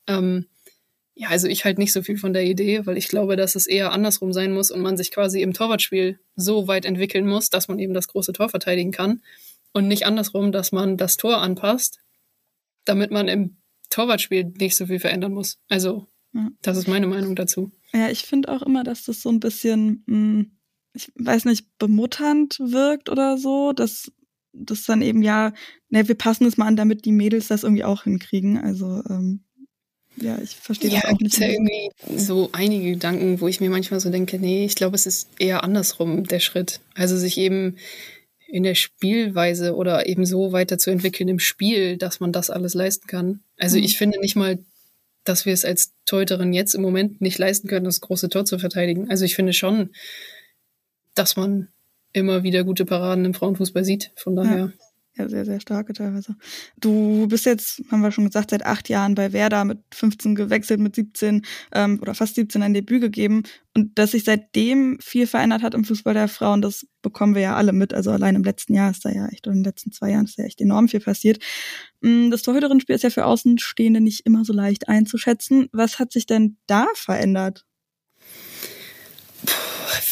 Ja, also ich halte nicht so viel von der Idee, weil ich glaube, dass es eher andersrum sein muss und man sich quasi im Torwartspiel so weit entwickeln muss, dass man eben das große Tor verteidigen kann und nicht andersrum, dass man das Tor anpasst, damit man im Torwartspiel nicht so viel verändern muss. Also, das ist meine Meinung dazu. Ja, ich finde auch immer, dass das so ein bisschen, ich weiß nicht, bemutternd wirkt oder so, dass das dann eben wir passen es mal an, damit die Mädels das irgendwie auch hinkriegen. Also, ja, ich verstehe das auch nicht. Ja, irgendwie so einige Gedanken, wo ich mir manchmal so denke, nee, ich glaube, es ist eher andersrum, der Schritt. Also sich eben in der Spielweise oder eben so weiterzuentwickeln im Spiel, dass man das alles leisten kann. Also ich finde nicht mal, dass wir es als Torhüterin jetzt im Moment nicht leisten können, das große Tor zu verteidigen. Also ich finde schon, dass man immer wieder gute Paraden im Frauenfußball sieht. Von daher. Ja, sehr, sehr starke teilweise. Du bist jetzt, haben wir schon gesagt, seit 8 Jahren bei Werder, mit 15 gewechselt, mit 17 oder fast 17 ein Debüt gegeben. Und dass sich seitdem viel verändert hat im Fußball der Frauen, das bekommen wir ja alle mit. Also allein im letzten Jahr ist da ja echt, oder in den letzten 2 Jahren ist da echt enorm viel passiert. Das Torhüterinnenspiel ist ja für Außenstehende nicht immer so leicht einzuschätzen. Was hat sich denn da verändert?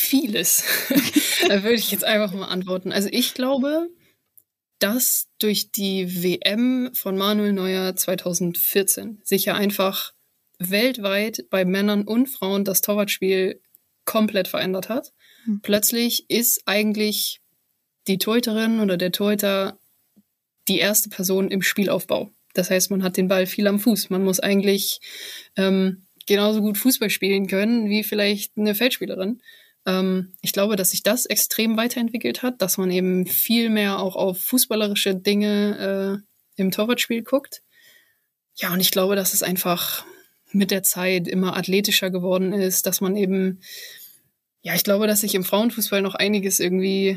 Vieles. Da würde ich jetzt einfach mal antworten. Also ich glaube, dass durch die WM von Manuel Neuer 2014 sich ja einfach weltweit bei Männern und Frauen das Torwartspiel komplett verändert hat. Plötzlich ist eigentlich die Torhüterin oder der Torhüter die erste Person im Spielaufbau. Das heißt, man hat den Ball viel am Fuß. Man muss eigentlich genauso gut Fußball spielen können wie vielleicht eine Feldspielerin. Ich glaube, dass sich das extrem weiterentwickelt hat, dass man eben viel mehr auch auf fußballerische Dinge im Torwartspiel guckt. Ja, und ich glaube, dass es einfach mit der Zeit immer athletischer geworden ist, dass man eben, ja, ich glaube, dass sich im Frauenfußball noch einiges irgendwie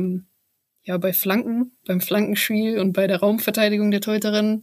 bei Flanken, beim Flankenspiel und bei der Raumverteidigung der Torhüterin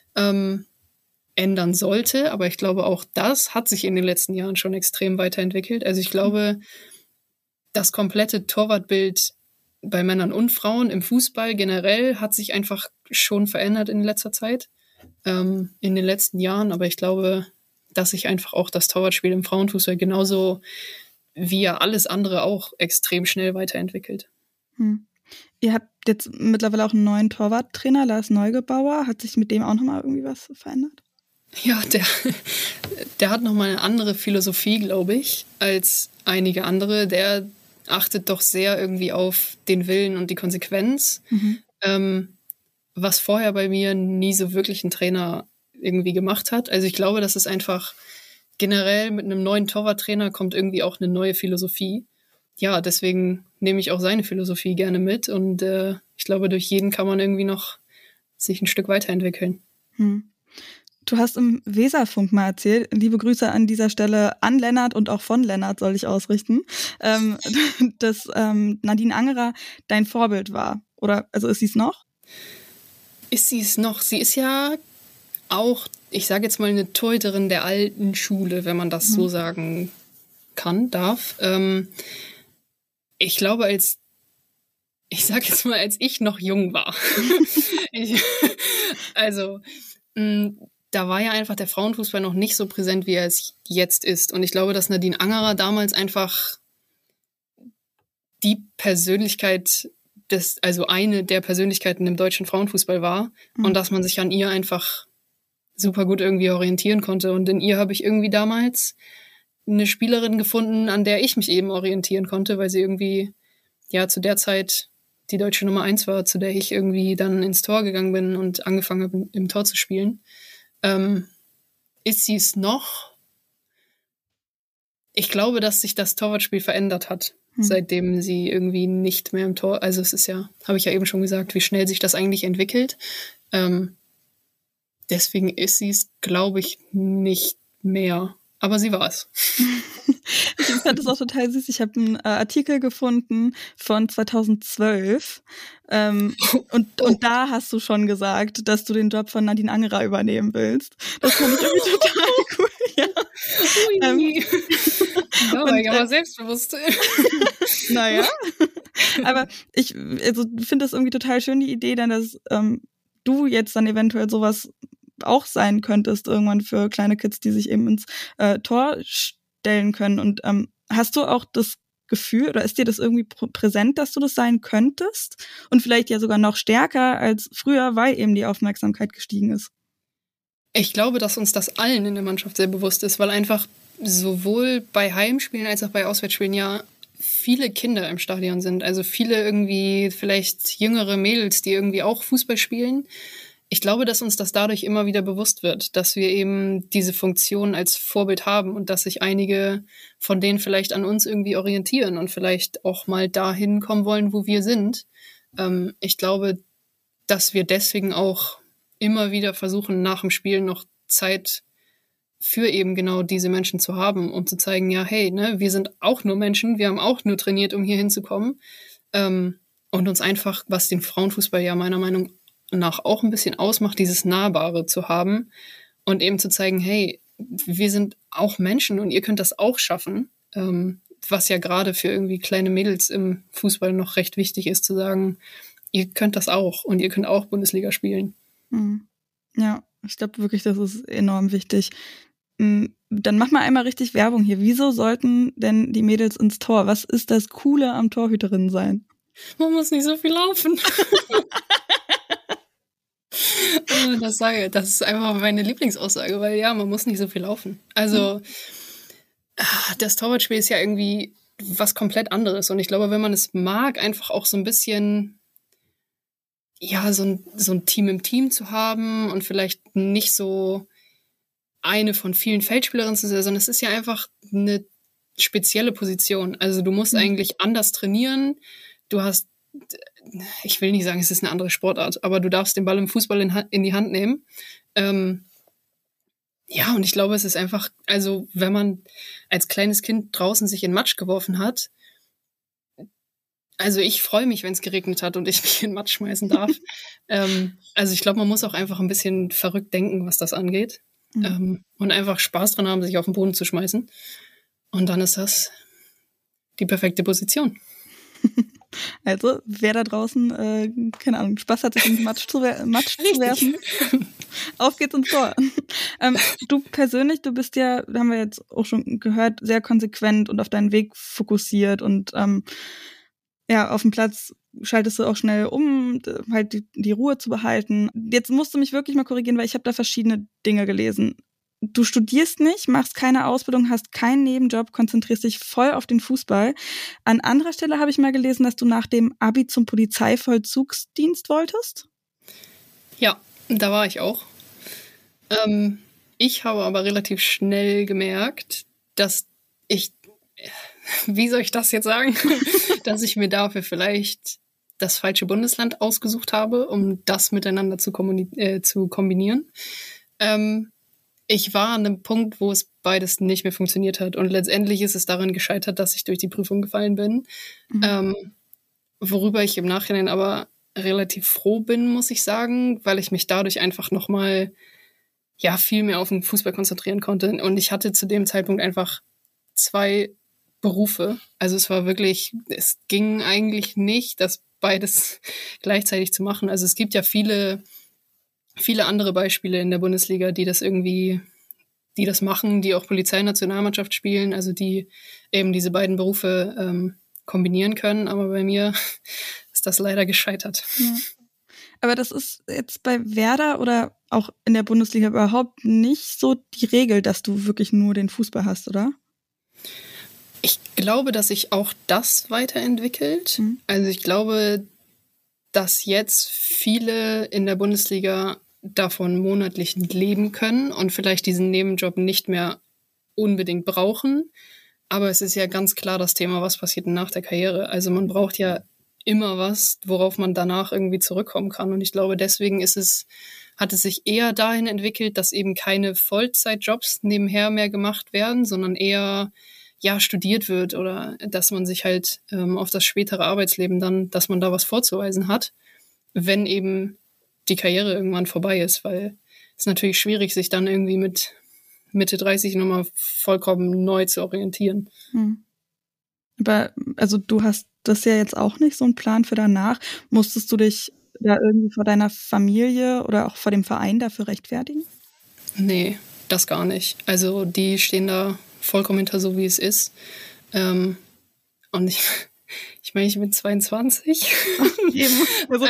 ändern sollte. Aber ich glaube, auch das hat sich in den letzten Jahren schon extrem weiterentwickelt. Also ich glaube, das komplette Torwartbild bei Männern und Frauen im Fußball generell hat sich einfach schon verändert in letzter Zeit, in den letzten Jahren. Aber ich glaube, dass sich einfach auch das Torwartspiel im Frauenfußball genauso wie ja alles andere auch extrem schnell weiterentwickelt. Ihr habt jetzt mittlerweile auch einen neuen Torwarttrainer, Lars Neugebauer. Hat sich mit dem auch nochmal irgendwie was verändert? Ja, der hat nochmal eine andere Philosophie, glaube ich, als einige andere. Der achtet doch sehr irgendwie auf den Willen und die Konsequenz, was vorher bei mir nie so wirklich ein Trainer irgendwie gemacht hat. Also ich glaube, dass es einfach generell mit einem neuen Torwarttrainer kommt irgendwie auch eine neue Philosophie. Ja, deswegen nehme ich auch seine Philosophie gerne mit und ich glaube, durch jeden kann man irgendwie noch sich ein Stück weiterentwickeln. Du hast im Weserfunk mal erzählt, liebe Grüße an dieser Stelle an Lennart und auch von Lennart soll ich ausrichten, dass Nadine Angerer dein Vorbild war. Oder, also ist sie es noch? Ist sie es noch? Sie ist ja auch, ich sage jetzt mal, eine Torhüterin der alten Schule, wenn man das so sagen kann, darf. Ich glaube, als ich noch jung war. Da war ja einfach der Frauenfußball noch nicht so präsent, wie er es jetzt ist. Und ich glaube, dass Nadine Angerer damals einfach die Persönlichkeit also eine der Persönlichkeiten im deutschen Frauenfußball war und dass man sich an ihr einfach super gut irgendwie orientieren konnte. Und in ihr habe ich irgendwie damals eine Spielerin gefunden, an der ich mich eben orientieren konnte, weil sie irgendwie ja zu der Zeit die deutsche Nummer 1 war, zu der ich irgendwie dann ins Tor gegangen bin und angefangen habe, im Tor zu spielen. Ist sie es noch? Ich glaube, dass sich das Torwartspiel verändert hat, seitdem sie irgendwie nicht mehr im Tor, also es ist ja, habe ich ja eben schon gesagt, wie schnell sich das eigentlich entwickelt. Deswegen ist sie es, glaube ich, nicht mehr. Aber sie war es. Ich fand das auch total süß. Ich habe einen Artikel gefunden von 2012 und da hast du schon gesagt, dass du den Job von Nadine Angerer übernehmen willst. Das fand ich irgendwie total cool. Ja. Ich aber selbstbewusst. Naja, aber ich finde das irgendwie total schön, die Idee, dann, dass du jetzt dann eventuell sowas auch sein könntest, irgendwann für kleine Kids, die sich eben ins Tor stellen können. Und hast du auch das Gefühl, oder ist dir das irgendwie präsent, dass du das sein könntest? Und vielleicht ja sogar noch stärker als früher, weil eben die Aufmerksamkeit gestiegen ist. Ich glaube, dass uns das allen in der Mannschaft sehr bewusst ist, weil einfach sowohl bei Heimspielen als auch bei Auswärtsspielen ja viele Kinder im Stadion sind. Also viele irgendwie vielleicht jüngere Mädels, die irgendwie auch Fußball spielen. Ich glaube, dass uns das dadurch immer wieder bewusst wird, dass wir eben diese Funktion als Vorbild haben und dass sich einige von denen vielleicht an uns irgendwie orientieren und vielleicht auch mal dahin kommen wollen, wo wir sind. Ich glaube, dass wir deswegen auch immer wieder versuchen, nach dem Spiel noch Zeit für eben genau diese Menschen zu haben und zu zeigen, ja, hey, ne, wir sind auch nur Menschen, wir haben auch nur trainiert, um hier hinzukommen. Und uns einfach, was den Frauenfußball ja meiner Meinung nach auch ein bisschen ausmacht, dieses Nahbare zu haben und eben zu zeigen, hey, wir sind auch Menschen und ihr könnt das auch schaffen, was ja gerade für irgendwie kleine Mädels im Fußball noch recht wichtig ist, zu sagen, ihr könnt das auch und ihr könnt auch Bundesliga spielen. Ja, ich glaube wirklich, das ist enorm wichtig. Dann mach mal einmal richtig Werbung hier. Wieso sollten denn die Mädels ins Tor? Was ist das Coole am Torhüterin sein? Man muss nicht so viel laufen. Das ist einfach meine Lieblingsaussage, weil ja, man muss nicht so viel laufen. Also das Torwartspiel ist ja irgendwie was komplett anderes. Und ich glaube, wenn man es mag, einfach auch so ein bisschen, ja, so ein Team im Team zu haben und vielleicht nicht so eine von vielen Feldspielerinnen zu sein, sondern es ist ja einfach eine spezielle Position. Also du musst eigentlich anders trainieren. Du hast, ich will nicht sagen, es ist eine andere Sportart, aber du darfst den Ball im Fußball in die Hand nehmen. Ja, und ich glaube, es ist einfach, also wenn man als kleines Kind draußen sich in Matsch geworfen hat, also ich freue mich, wenn es geregnet hat und ich mich in Matsch schmeißen darf. Also ich glaube, man muss auch einfach ein bisschen verrückt denken, was das angeht. Und einfach Spaß dran haben, sich auf den Boden zu schmeißen. Und dann ist das die perfekte Position. Also, wer da draußen, keine Ahnung, Spaß hat, sich in Matsch zu werfen, auf geht's ins Tor. Du persönlich, du bist ja, haben wir jetzt auch schon gehört, sehr konsequent und auf deinen Weg fokussiert und ja, auf dem Platz schaltest du auch schnell um, halt die Ruhe zu behalten. Jetzt musst du mich wirklich mal korrigieren, weil ich habe da verschiedene Dinge gelesen. Du studierst nicht, machst keine Ausbildung, hast keinen Nebenjob, konzentrierst dich voll auf den Fußball. An anderer Stelle habe ich mal gelesen, dass du nach dem Abi zum Polizeivollzugsdienst wolltest. Ja, da war ich auch. Ich habe aber relativ schnell gemerkt, dass wie soll ich das jetzt sagen, dass ich mir dafür vielleicht das falsche Bundesland ausgesucht habe, um das miteinander zu kombinieren. Ich war an einem Punkt, wo es beides nicht mehr funktioniert hat. Und letztendlich ist es daran gescheitert, dass ich durch die Prüfung gefallen bin. Worüber ich im Nachhinein aber relativ froh bin, muss ich sagen, weil ich mich dadurch einfach nochmal viel mehr auf den Fußball konzentrieren konnte. Und ich hatte zu dem Zeitpunkt einfach 2 Berufe. Also es ging eigentlich nicht, das beides gleichzeitig zu machen. Also es gibt ja viele andere Beispiele in der Bundesliga, die das machen, die auch Polizeinationalmannschaft spielen, also die eben diese beiden Berufe kombinieren können. Aber bei mir ist das leider gescheitert. Ja. Aber das ist jetzt bei Werder oder auch in der Bundesliga überhaupt nicht so die Regel, dass du wirklich nur den Fußball hast, oder? Ich glaube, dass sich auch das weiterentwickelt. Also ich glaube, dass jetzt viele in der Bundesliga davon monatlich leben können und vielleicht diesen Nebenjob nicht mehr unbedingt brauchen. Aber es ist ja ganz klar das Thema, was passiert nach der Karriere. Also man braucht ja immer was, worauf man danach irgendwie zurückkommen kann. Und ich glaube, deswegen hat es sich eher dahin entwickelt, dass eben keine Vollzeitjobs nebenher mehr gemacht werden, sondern eher studiert wird oder dass man sich halt auf das spätere Arbeitsleben dann, dass man da was vorzuweisen hat, wenn eben die Karriere irgendwann vorbei ist, weil es natürlich schwierig, sich dann irgendwie mit Mitte 30 nochmal vollkommen neu zu orientieren. Aber also du hast das ja jetzt auch nicht, so einen Plan für danach. Musstest du dich da irgendwie vor deiner Familie oder auch vor dem Verein dafür rechtfertigen? Nee, das gar nicht. Also die stehen da vollkommen hinter so, wie es ist. Und ich meine, ich bin 22. Also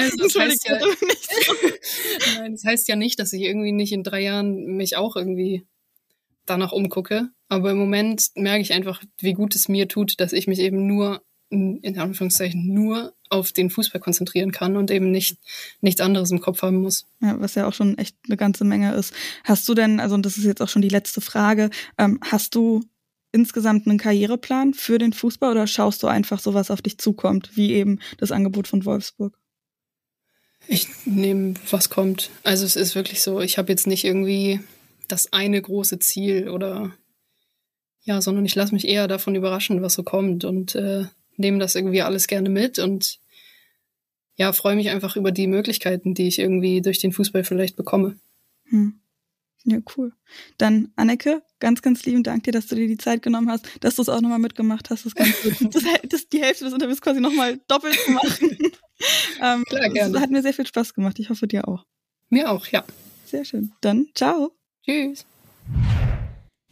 das heißt ja nicht, dass ich irgendwie nicht in 3 Jahren mich auch irgendwie danach umgucke. Aber im Moment merke ich einfach, wie gut es mir tut, dass ich mich eben nur, in Anführungszeichen, nur auf den Fußball konzentrieren kann und eben nichts anderes im Kopf haben muss. Ja, was ja auch schon echt eine ganze Menge ist. Hast du denn, also und das ist jetzt auch schon die letzte Frage, hast du insgesamt einen Karriereplan für den Fußball oder schaust du einfach so, was auf dich zukommt, wie eben das Angebot von Wolfsburg? Ich nehme, was kommt. Also es ist wirklich so, ich habe jetzt nicht irgendwie das eine große Ziel sondern ich lasse mich eher davon überraschen, was so kommt und nehme das irgendwie alles gerne mit und freue mich einfach über die Möglichkeiten, die ich irgendwie durch den Fußball vielleicht bekomme. Ja, cool. Dann, Anneke, ganz, ganz lieben Dank dir, dass du dir die Zeit genommen hast, dass du es auch nochmal mitgemacht hast. Das die Hälfte des Interviews quasi nochmal doppelt zu machen. Klar, gerne. Es hat mir sehr viel Spaß gemacht. Ich hoffe, dir auch. Mir auch, ja. Sehr schön. Dann, ciao. Tschüss.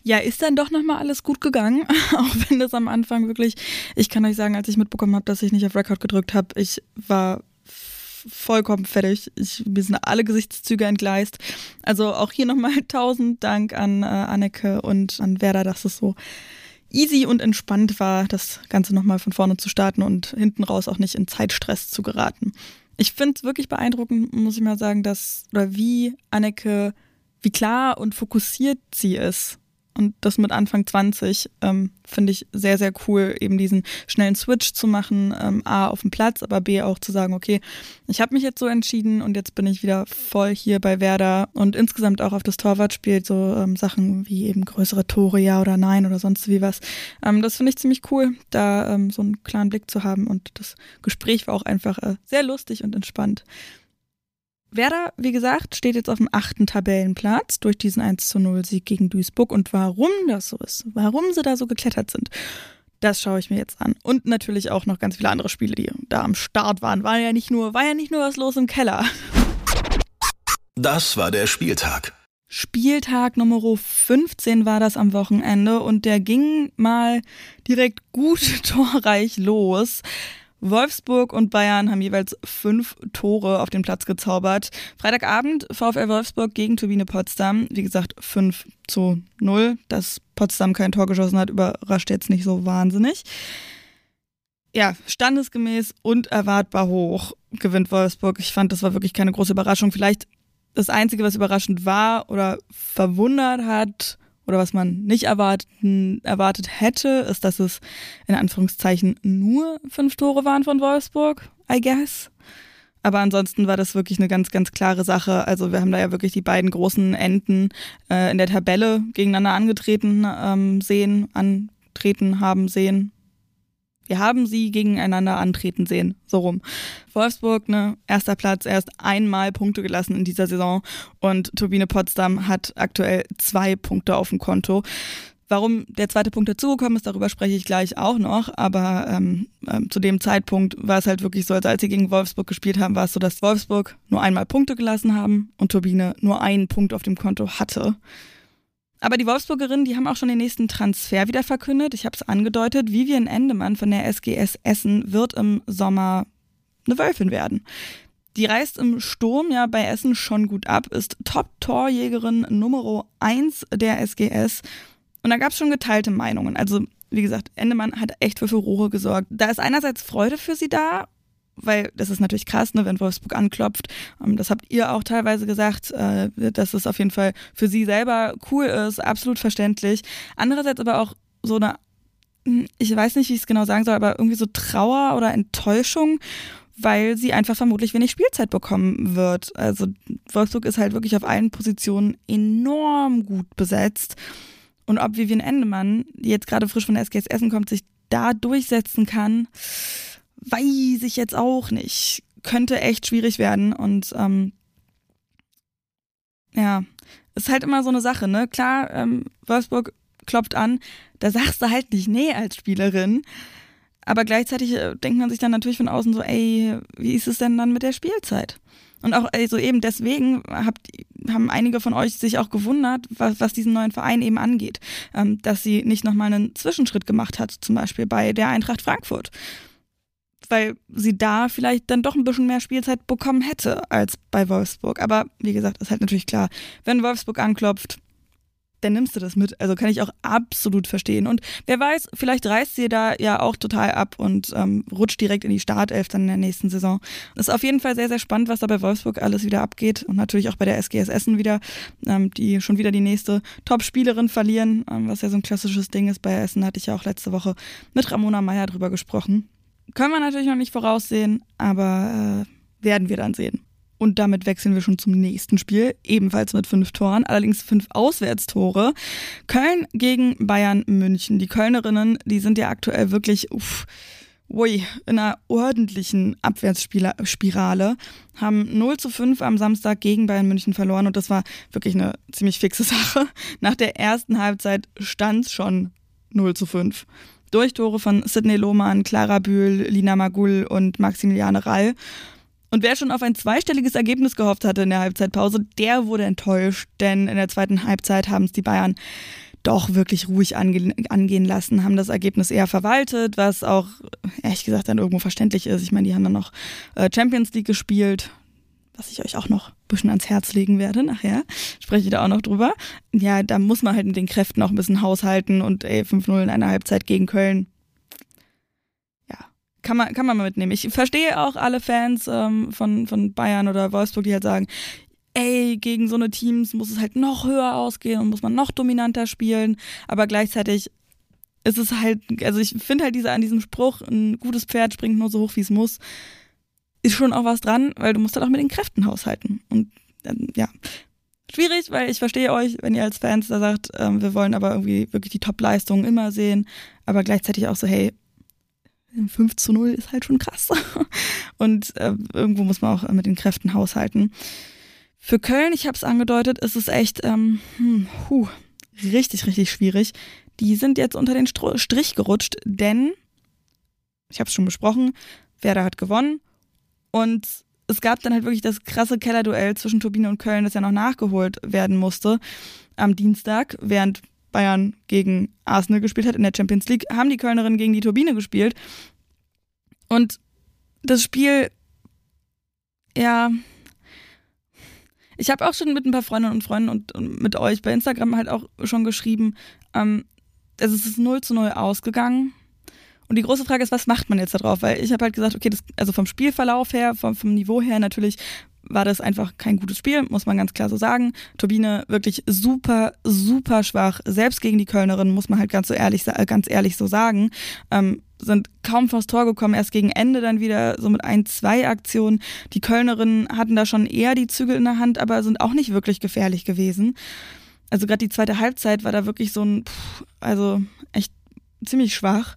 Ja, ist dann doch nochmal alles gut gegangen, auch wenn das am Anfang wirklich, ich kann euch sagen, als ich mitbekommen habe, dass ich nicht auf Record gedrückt habe, ich war vollkommen fertig. Mir sind alle Gesichtszüge entgleist. Also auch hier nochmal 1000 Dank an Anneke und an Werder, dass es so easy und entspannt war, das Ganze nochmal von vorne zu starten und hinten raus auch nicht in Zeitstress zu geraten. Ich finde es wirklich beeindruckend, muss ich mal sagen, wie Anneke, wie klar und fokussiert sie ist. Und das mit Anfang 20 finde ich sehr, sehr cool, eben diesen schnellen Switch zu machen, A, auf dem Platz, aber B, auch zu sagen, okay, ich habe mich jetzt so entschieden und jetzt bin ich wieder voll hier bei Werder und insgesamt auch auf das Torwartspiel, so Sachen wie eben größere Tore, ja oder nein oder sonst wie was. Das finde ich ziemlich cool, da so einen klaren Blick zu haben und das Gespräch war auch einfach sehr lustig und entspannt. Werder, wie gesagt, steht jetzt auf dem 8. Tabellenplatz durch diesen 1:0-Sieg gegen Duisburg. Und warum das so ist, warum sie da so geklettert sind, das schaue ich mir jetzt an. Und natürlich auch noch ganz viele andere Spiele, die da am Start waren. War ja nicht nur was los im Keller. Das war der Spieltag. Spieltag Nummer 15 war das am Wochenende und der ging mal direkt gut torreich los. Wolfsburg und Bayern haben jeweils 5 Tore auf den Platz gezaubert. Freitagabend VfL Wolfsburg gegen Turbine Potsdam. Wie gesagt, 5:0. Dass Potsdam kein Tor geschossen hat, überrascht jetzt nicht so wahnsinnig. Ja, standesgemäß und erwartbar hoch gewinnt Wolfsburg. Ich fand, das war wirklich keine große Überraschung. Vielleicht das Einzige, was überraschend war oder verwundert hat, oder was man nicht erwartet hätte, ist, dass es in Anführungszeichen nur 5 Tore waren von Wolfsburg, I guess. Aber ansonsten war das wirklich eine ganz, ganz klare Sache. Also wir haben da ja wirklich die beiden großen Enden in der Tabelle gegeneinander angetreten haben sehen. Wir haben sie gegeneinander antreten sehen, so rum. Wolfsburg, erster Platz, erst einmal Punkte gelassen in dieser Saison und Turbine Potsdam hat aktuell 2 Punkte auf dem Konto. Warum der zweite Punkt dazugekommen ist, darüber spreche ich gleich auch noch, aber zu dem Zeitpunkt war es halt wirklich so, als sie gegen Wolfsburg gespielt haben, war es so, dass Wolfsburg nur einmal Punkte gelassen haben und Turbine nur einen Punkt auf dem Konto hatte. Aber die Wolfsburgerinnen, die haben auch schon den nächsten Transfer wieder verkündet. Ich habe es angedeutet, Vivian Endemann von der SGS Essen wird im Sommer eine Wölfin werden. Die reist im Sturm ja bei Essen schon gut ab, ist Top-Torjägerin Nummer 1 der SGS. Und da gab es schon geteilte Meinungen. Also wie gesagt, Endemann hat echt für Furore gesorgt. Da ist einerseits Freude für sie da, weil das ist natürlich krass, wenn Wolfsburg anklopft. Das habt ihr auch teilweise gesagt, dass es auf jeden Fall für sie selber cool ist, absolut verständlich. Andererseits aber auch so eine, ich weiß nicht, wie ich es genau sagen soll, aber irgendwie so Trauer oder Enttäuschung, weil sie einfach vermutlich wenig Spielzeit bekommen wird. Also Wolfsburg ist halt wirklich auf allen Positionen enorm gut besetzt. Und ob Vivian Endemann, die jetzt gerade frisch von der SGS Essen kommt, sich da durchsetzen kann, weiß ich jetzt auch nicht. Könnte echt schwierig werden und ist halt immer so eine Sache, ne? Klar, Wolfsburg klopft an, da sagst du halt nicht nee als Spielerin, aber gleichzeitig denkt man sich dann natürlich von außen so, ey, wie ist es denn dann mit der Spielzeit? Und auch also eben deswegen haben einige von euch sich auch gewundert, was diesen neuen Verein eben angeht, dass sie nicht nochmal einen Zwischenschritt gemacht hat, zum Beispiel bei der Eintracht Frankfurt. Weil sie da vielleicht dann doch ein bisschen mehr Spielzeit bekommen hätte als bei Wolfsburg. Aber wie gesagt, ist halt natürlich klar, wenn Wolfsburg anklopft, dann nimmst du das mit. Also kann ich auch absolut verstehen. Und wer weiß, vielleicht reißt sie da ja auch total ab und rutscht direkt in die Startelf dann in der nächsten Saison. Das ist auf jeden Fall sehr, sehr spannend, was da bei Wolfsburg alles wieder abgeht. Und natürlich auch bei der SGS Essen wieder, die schon wieder die nächste Top-Spielerin verlieren, was ja so ein klassisches Ding ist. Bei Essen hatte ich ja auch letzte Woche mit Ramona Meyer drüber gesprochen. Können wir natürlich noch nicht voraussehen, aber werden wir dann sehen. Und damit wechseln wir schon zum nächsten Spiel, ebenfalls mit 5 Toren, allerdings 5 Auswärtstore. Köln gegen Bayern München. Die Kölnerinnen, die sind ja aktuell wirklich in einer ordentlichen Abwärtsspirale, haben 0:5 am Samstag gegen Bayern München verloren und das war wirklich eine ziemlich fixe Sache. Nach der ersten Halbzeit stand es schon 0:5. Durch Tore von Sidney Lohmann, Clara Bühl, Lina Magul und Maximiliane Rall. Und wer schon auf ein zweistelliges Ergebnis gehofft hatte in der Halbzeitpause, der wurde enttäuscht, denn in der zweiten Halbzeit haben es die Bayern doch wirklich ruhig angehen lassen, haben das Ergebnis eher verwaltet, was auch ehrlich gesagt dann irgendwo verständlich ist. Ich meine, die haben dann noch Champions League gespielt, was ich euch auch noch ein bisschen ans Herz legen werde nachher, spreche ich da auch noch drüber. Ja, da muss man halt mit den Kräften auch ein bisschen haushalten und 5-0 in einer Halbzeit gegen Köln. Ja, kann man mal mitnehmen. Ich verstehe auch alle Fans von Bayern oder Wolfsburg, die halt sagen, gegen so eine Teams muss es halt noch höher ausgehen und muss man noch dominanter spielen, aber gleichzeitig ist es halt, also ich finde halt an diesem Spruch, ein gutes Pferd springt nur so hoch, wie es muss, ist schon auch was dran, weil du musst halt auch mit den Kräften haushalten. Und ja, schwierig, weil ich verstehe euch, wenn ihr als Fans da sagt, wir wollen aber irgendwie wirklich die Top-Leistungen immer sehen, aber gleichzeitig auch so, hey, 5-0 ist halt schon krass. Und irgendwo muss man auch mit den Kräften haushalten. Für Köln, ich habe es angedeutet, ist es echt richtig, richtig schwierig. Die sind jetzt unter den Strich gerutscht, denn, ich habe es schon besprochen, Werder hat gewonnen. Und es gab dann halt wirklich das krasse Kellerduell zwischen Turbine und Köln, das ja noch nachgeholt werden musste am Dienstag, während Bayern gegen Arsenal gespielt hat in der Champions League, haben die Kölnerinnen gegen die Turbine gespielt. Und das Spiel, ja, ich habe auch schon mit ein paar Freundinnen und Freunden und mit euch bei Instagram halt auch schon geschrieben, es ist 0-0 ausgegangen. Und die große Frage ist, was macht man jetzt da drauf? Weil ich habe halt gesagt, okay, also vom Spielverlauf her, vom Niveau her natürlich, war das einfach kein gutes Spiel, muss man ganz klar so sagen. Turbine wirklich super, super schwach. Selbst gegen die Kölnerinnen, muss man halt ganz ehrlich so sagen. Sind kaum vors Tor gekommen, erst gegen Ende dann wieder so mit 1-2 Aktionen. Die Kölnerinnen hatten da schon eher die Zügel in der Hand, aber sind auch nicht wirklich gefährlich gewesen. Also gerade die zweite Halbzeit war da wirklich so also echt ziemlich schwach.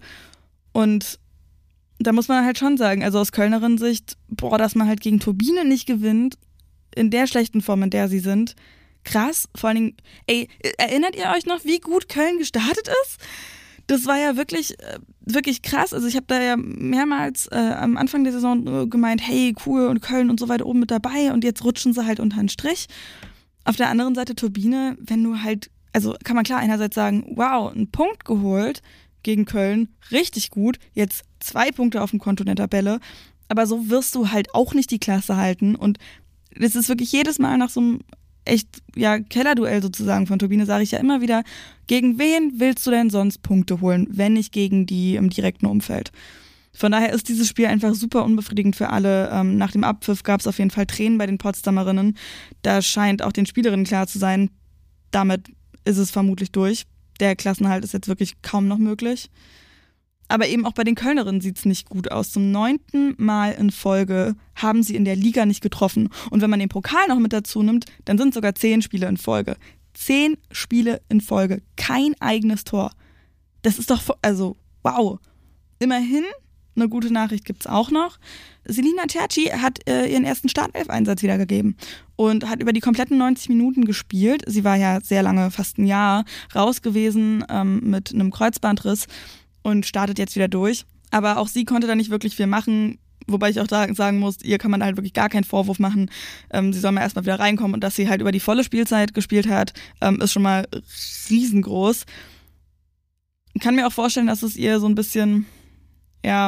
Und da muss man halt schon sagen, also aus Kölnerin Sicht, dass man halt gegen Turbine nicht gewinnt, in der schlechten Form, in der sie sind, krass. Vor allen Dingen, erinnert ihr euch noch, wie gut Köln gestartet ist? Das war ja wirklich, wirklich krass. Also ich habe da ja mehrmals am Anfang der Saison gemeint, hey, cool und Köln und so weiter oben mit dabei und jetzt rutschen sie halt unter den Strich. Auf der anderen Seite Turbine, wenn du halt, also kann man klar einerseits sagen, wow, einen Punkt geholt gegen Köln, richtig gut, jetzt 2 Punkte auf dem Konto der Tabelle, aber so wirst du halt auch nicht die Klasse halten und das ist wirklich jedes Mal nach so einem echt, ja, Kellerduell sozusagen von Turbine, sage ich ja immer wieder, gegen wen willst du denn sonst Punkte holen, wenn nicht gegen die im direkten Umfeld? Von daher ist dieses Spiel einfach super unbefriedigend für alle. Nach dem Abpfiff gab es auf jeden Fall Tränen bei den Potsdamerinnen. Da scheint auch den Spielerinnen klar zu sein, damit ist es vermutlich durch. Der Klassenerhalt ist jetzt wirklich kaum noch möglich. Aber eben auch bei den Kölnerinnen sieht es nicht gut aus. Zum 9. Mal in Folge haben sie in der Liga nicht getroffen. Und wenn man den Pokal noch mit dazu nimmt, dann sind sogar 10 Spiele in Folge. 10 Spiele in Folge. Kein eigenes Tor. Das ist doch, also wow. Immerhin, eine gute Nachricht gibt's auch noch. Selina Terci hat ihren ersten Startelf-Einsatz wiedergegeben und hat über die kompletten 90 Minuten gespielt. Sie war ja sehr lange, fast ein Jahr, raus gewesen mit einem Kreuzbandriss und startet jetzt wieder durch. Aber auch sie konnte da nicht wirklich viel machen, wobei ich auch sagen muss, ihr kann man halt wirklich gar keinen Vorwurf machen. Sie soll mal erstmal wieder reinkommen und dass sie halt über die volle Spielzeit gespielt hat, ist schon mal riesengroß. Ich kann mir auch vorstellen, dass es ihr so ein bisschen, ja,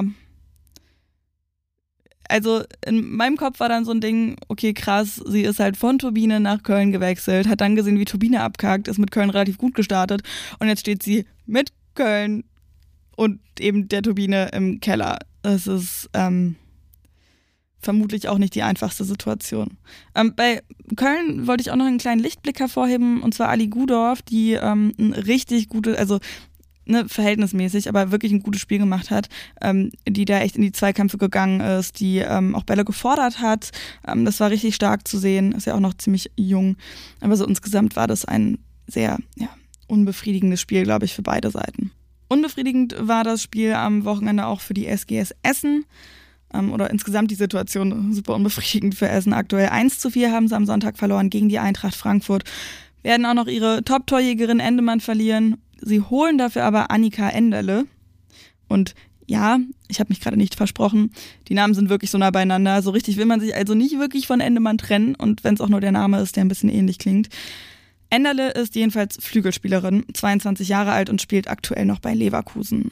also in meinem Kopf war dann so ein Ding, okay, krass, sie ist halt von Turbine nach Köln gewechselt, hat dann gesehen, wie Turbine abkackt, ist mit Köln relativ gut gestartet und jetzt steht sie mit Köln und eben der Turbine im Keller. Das ist vermutlich auch nicht die einfachste Situation. Bei Köln wollte ich auch noch einen kleinen Lichtblick hervorheben, und zwar Ali Gudorf, die ein richtig gute, also verhältnismäßig, aber wirklich ein gutes Spiel gemacht hat, die da echt in die Zweikämpfe gegangen ist, die auch Bälle gefordert hat. Das war richtig stark zu sehen, ist ja auch noch ziemlich jung. Aber so insgesamt war das ein sehr unbefriedigendes Spiel, glaube ich, für beide Seiten. Unbefriedigend war das Spiel am Wochenende auch für die SGS Essen. Oder insgesamt die Situation super unbefriedigend für Essen. Aktuell 1-4 haben sie am Sonntag verloren gegen die Eintracht Frankfurt. Werden auch noch ihre Top-Torjägerin Endemann verlieren. Sie holen dafür aber Annika Enderle. Und ja, ich habe mich gerade nicht versprochen, die Namen sind wirklich so nah beieinander. So richtig will man sich also nicht wirklich von Endemann trennen. Und wenn es auch nur der Name ist, der ein bisschen ähnlich klingt. Enderle ist jedenfalls Flügelspielerin, 22 Jahre alt und spielt aktuell noch bei Leverkusen.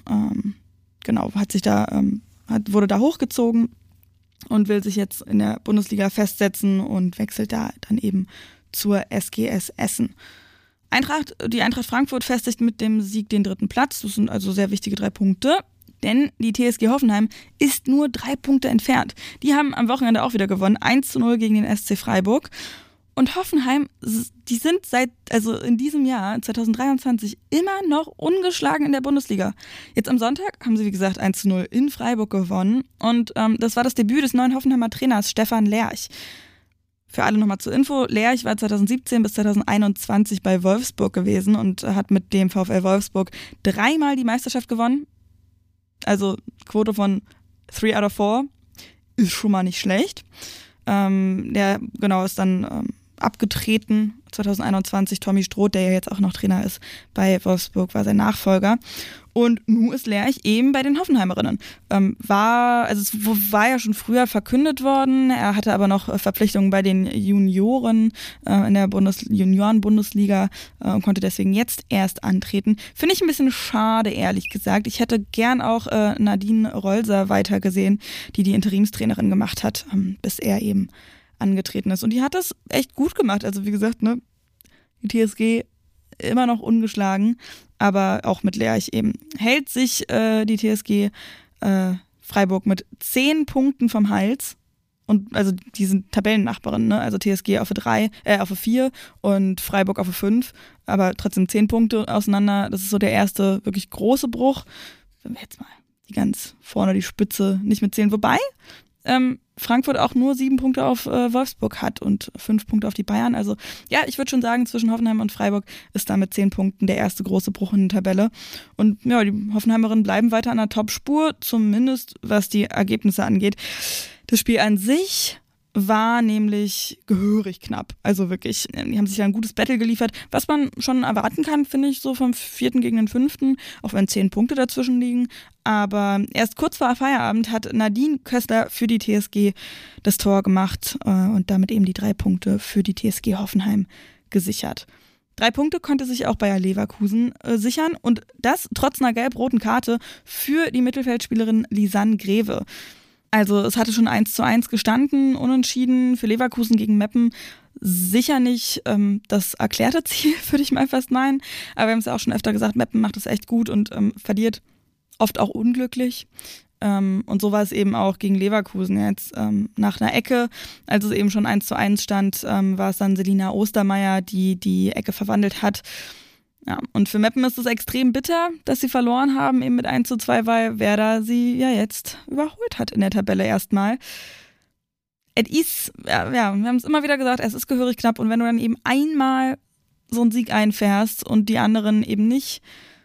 Wurde da hochgezogen und will sich jetzt in der Bundesliga festsetzen und wechselt da dann eben zur SGS Essen. Die Eintracht Frankfurt festigt mit dem Sieg den 3. Platz. Das sind also sehr wichtige 3 Punkte. Denn die TSG Hoffenheim ist nur 3 Punkte entfernt. Die haben am Wochenende auch wieder gewonnen. 1:0 gegen den SC Freiburg. Und Hoffenheim, die sind in diesem Jahr, 2023, immer noch ungeschlagen in der Bundesliga. Jetzt am Sonntag haben sie, wie gesagt, 1:0 in Freiburg gewonnen. Und das war das Debüt des neuen Hoffenheimer Trainers Stefan Lerch. Für alle nochmal zur Info, Lerch war 2017 bis 2021 bei Wolfsburg gewesen und hat mit dem VfL Wolfsburg 3-mal die Meisterschaft gewonnen. Also Quote von 3 out of 4 ist schon mal nicht schlecht. Der ist dann abgetreten 2021. Tommy Stroth, der ja jetzt auch noch Trainer ist bei Wolfsburg, war sein Nachfolger. Und nun ist Lerch eben bei den Hoffenheimerinnen. Es war ja schon früher verkündet worden. Er hatte aber noch Verpflichtungen bei den Junioren in der Junioren-Bundesliga und konnte deswegen jetzt erst antreten. Finde ich ein bisschen schade, ehrlich gesagt. Ich hätte gern auch Nadine Rolser weitergesehen, die Interimstrainerin gemacht hat, bis er eben angetreten ist. Und die hat das echt gut gemacht. Also wie gesagt, ne, die TSG immer noch ungeschlagen, aber auch mit Lerch eben. Hält sich die TSG Freiburg mit 10 Punkten vom Hals. Und also die sind Tabellennachbarinnen, ne? Also TSG auf 4 und Freiburg auf 5, aber trotzdem 10 Punkte auseinander. Das ist so der erste wirklich große Bruch. Wenn wir jetzt mal die ganz vorne, die Spitze nicht mitzählen. Wobei Frankfurt auch nur 7 Punkte auf Wolfsburg hat und 5 Punkte auf die Bayern. Also ja, ich würde schon sagen, zwischen Hoffenheim und Freiburg ist da mit 10 Punkten der erste große Bruch in der Tabelle. Und ja, die Hoffenheimerinnen bleiben weiter an der Topspur, zumindest was die Ergebnisse angeht. Das Spiel an sich war nämlich gehörig knapp. Also wirklich, die haben sich da ein gutes Battle geliefert, was man schon erwarten kann, finde ich, so vom 4. gegen den 5., auch wenn 10 Punkte dazwischen liegen. Aber erst kurz vor Feierabend hat Nadine Köstler für die TSG das Tor gemacht und damit eben die 3 Punkte für die TSG Hoffenheim gesichert. 3 Punkte konnte sich auch Bayer Leverkusen sichern und das trotz einer gelb-roten Karte für die Mittelfeldspielerin Lisanne Greve. Also es hatte schon 1:1 gestanden, unentschieden für Leverkusen gegen Meppen. Sicher nicht das erklärte Ziel, würde ich mal fast meinen. Aber wir haben es ja auch schon öfter gesagt, Meppen macht es echt gut und verliert oft auch unglücklich. Und so war es eben auch gegen Leverkusen jetzt. Nach einer Ecke, als es eben schon 1:1 stand, war es dann Selina Ostermeier, die die Ecke verwandelt hat. Ja, und für Meppen ist es extrem bitter, dass sie verloren haben, eben mit 1:2, weil Werder sie ja jetzt überholt hat in der Tabelle erstmal. Wir haben es immer wieder gesagt, es ist gehörig knapp und wenn du dann eben einmal so einen Sieg einfährst und die anderen eben nicht,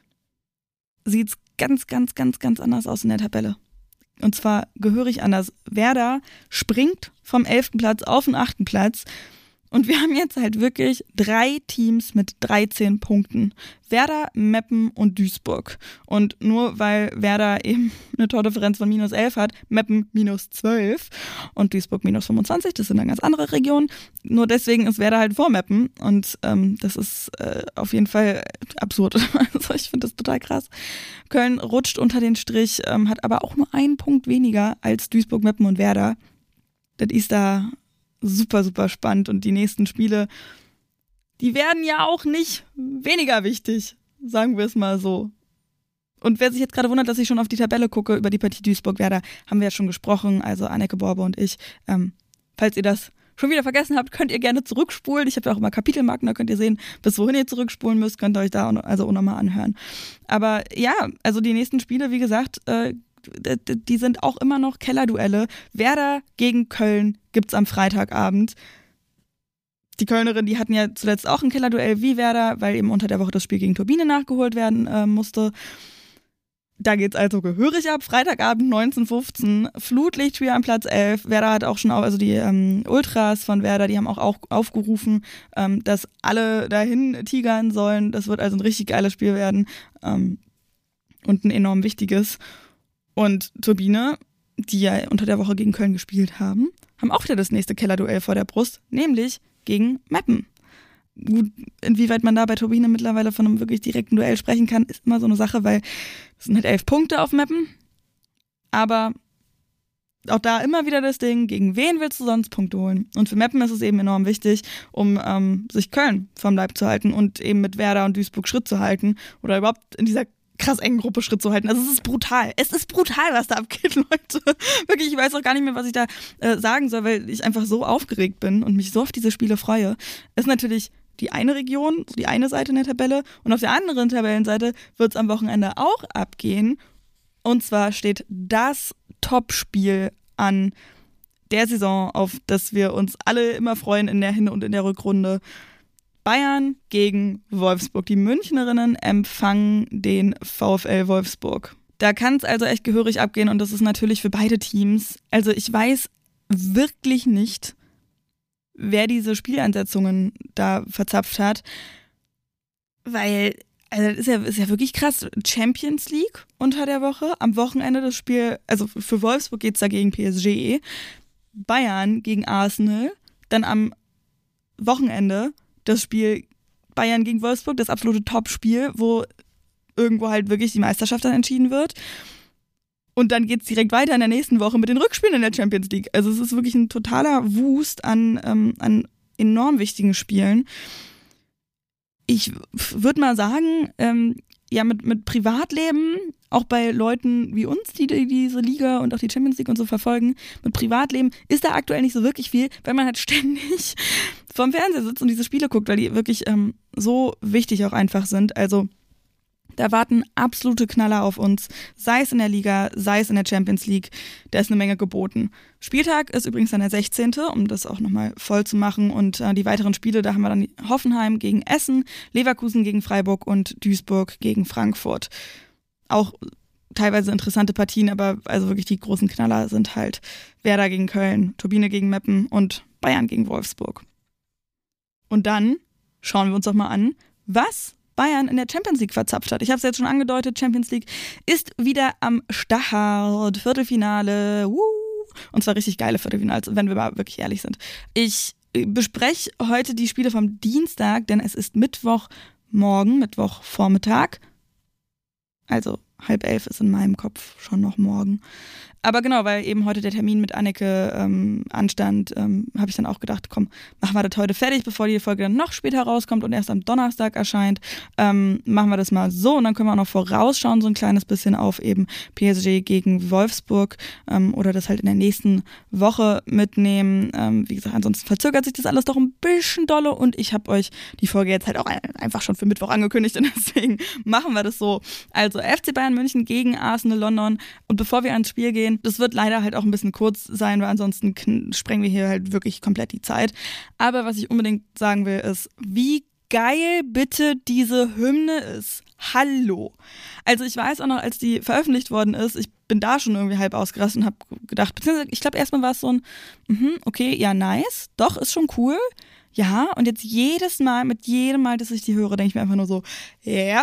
sieht es ganz, ganz, ganz, ganz anders aus in der Tabelle. Und zwar gehörig anders. Werder springt vom 11. Platz auf den 8. Platz. Und wir haben jetzt halt wirklich 3 Teams mit 13 Punkten. Werder, Meppen und Duisburg. Und nur weil Werder eben eine Tordifferenz von -11 hat, Meppen -12 und Duisburg -25, das sind eine ganz andere Regionen. Nur deswegen ist Werder halt vor Meppen. Und das ist auf jeden Fall absurd. Also ich finde das total krass. Köln rutscht unter den Strich, hat aber auch nur 1 Punkt weniger als Duisburg, Meppen und Werder. Das ist da super, super spannend und die nächsten Spiele, die werden ja auch nicht weniger wichtig, sagen wir es mal so. Und wer sich jetzt gerade wundert, dass ich schon auf die Tabelle gucke, über die Partie Duisburg-Werder, haben wir ja schon gesprochen, also Anneke Borbe und ich. Falls ihr das schon wieder vergessen habt, könnt ihr gerne zurückspulen. Ich habe ja auch immer Kapitelmarken, da könnt ihr sehen, bis wohin ihr zurückspulen müsst, könnt ihr euch da auch nochmal anhören. Aber ja, also die nächsten Spiele, wie gesagt, die sind auch immer noch Kellerduelle. Werder gegen Köln gibt's am Freitagabend. Die Kölnerin, die hatten ja zuletzt auch ein Kellerduell wie Werder, weil eben unter der Woche das Spiel gegen Turbine nachgeholt werden musste. Da geht's also gehörig ab. Freitagabend 19:15 Flutlichtspiel am Platz 11. Werder hat auch schon, also die Ultras von Werder, die haben auch aufgerufen, dass alle dahin tigern sollen. Das wird also ein richtig geiles Spiel werden und ein enorm wichtiges. Und Turbine, die ja unter der Woche gegen Köln gespielt haben auch wieder das nächste Kellerduell vor der Brust, nämlich gegen Meppen. gut, inwieweit man da bei Turbine mittlerweile von einem wirklich direkten Duell sprechen kann, ist immer so eine Sache, weil es sind halt 11 Punkte auf Meppen. Aber auch da immer wieder das Ding, gegen wen willst du sonst Punkte holen? Und für Meppen ist es eben enorm wichtig, um sich Köln vom Leib zu halten und eben mit Werder und Duisburg Schritt zu halten oder überhaupt in dieser krass engen Gruppe Schritt zu halten. Also es ist brutal. Es ist brutal, was da abgeht, Leute. Wirklich, ich weiß auch gar nicht mehr, was ich da sagen soll, weil ich einfach so aufgeregt bin und mich so auf diese Spiele freue. Es ist natürlich die eine Region, die eine Seite in der Tabelle und auf der anderen Tabellenseite wird es am Wochenende auch abgehen. Und zwar steht das Topspiel an der Saison, auf das wir uns alle immer freuen in der Hin- und in der Rückrunde. Bayern gegen Wolfsburg. Die Münchnerinnen empfangen den VfL Wolfsburg. Da kann es also echt gehörig abgehen und das ist natürlich für beide Teams. Also ich weiß wirklich nicht, wer diese Spielansetzungen da verzapft hat, weil also das ist ja wirklich krass. Champions League unter der Woche, am Wochenende das Spiel, also für Wolfsburg geht es da gegen PSG, Bayern gegen Arsenal, dann am Wochenende das Spiel Bayern gegen Wolfsburg, das absolute Top-Spiel, wo irgendwo halt wirklich die Meisterschaft dann entschieden wird. Und dann geht es direkt weiter in der nächsten Woche mit den Rückspielen in der Champions League. Also es ist wirklich ein totaler Wust an enorm wichtigen Spielen. Ich würde mal sagen, ja, mit Privatleben, auch bei Leuten wie uns, die diese Liga und auch die Champions League und so verfolgen, mit Privatleben ist da aktuell nicht so wirklich viel, weil man halt ständig vorm Fernseher sitzt und diese Spiele guckt, weil die wirklich so wichtig auch einfach sind. Also da warten absolute Knaller auf uns, sei es in der Liga, sei es in der Champions League, da ist eine Menge geboten. Spieltag ist übrigens dann der 16., um das auch nochmal voll zu machen und die weiteren Spiele, da haben wir dann Hoffenheim gegen Essen, Leverkusen gegen Freiburg und Duisburg gegen Frankfurt. Auch teilweise interessante Partien, aber also wirklich die großen Knaller sind halt Werder gegen Köln, Turbine gegen Meppen und Bayern gegen Wolfsburg. Und dann schauen wir uns doch mal an, was Bayern in der Champions League verzapft hat. Ich habe es jetzt schon angedeutet, Champions League ist wieder am Start, Viertelfinale, und zwar richtig geile Viertelfinals, wenn wir mal wirklich ehrlich sind. Ich bespreche heute die Spiele vom Dienstag, denn es ist Mittwochmorgen, Mittwochvormittag, also 10:30 ist in meinem Kopf schon noch morgen. Aber genau, weil eben heute der Termin mit Anneke anstand, habe ich dann auch gedacht, komm, machen wir das heute fertig, bevor die Folge dann noch später rauskommt und erst am Donnerstag erscheint. Machen wir das mal so und dann können wir auch noch vorausschauen, so ein kleines bisschen auf eben PSG gegen Wolfsburg oder das halt in der nächsten Woche mitnehmen. Wie gesagt, ansonsten verzögert sich das alles doch ein bisschen dolle und ich habe euch die Folge jetzt halt auch einfach schon für Mittwoch angekündigt und deswegen machen wir das so. Also FC Bayern München gegen Arsenal London und bevor wir ans Spiel gehen, das wird leider halt auch ein bisschen kurz sein, weil ansonsten sprengen wir hier halt wirklich komplett die Zeit. Aber was ich unbedingt sagen will, ist, wie geil bitte diese Hymne ist. Hallo. Also ich weiß auch noch, als die veröffentlicht worden ist, ich bin da schon irgendwie halb ausgerastet und habe gedacht, beziehungsweise ich glaube erstmal war es so ein, okay, ja nice, doch, ist schon cool. Ja, und jetzt jedes Mal, mit jedem Mal, dass ich die höre, denke ich mir einfach nur so, ja.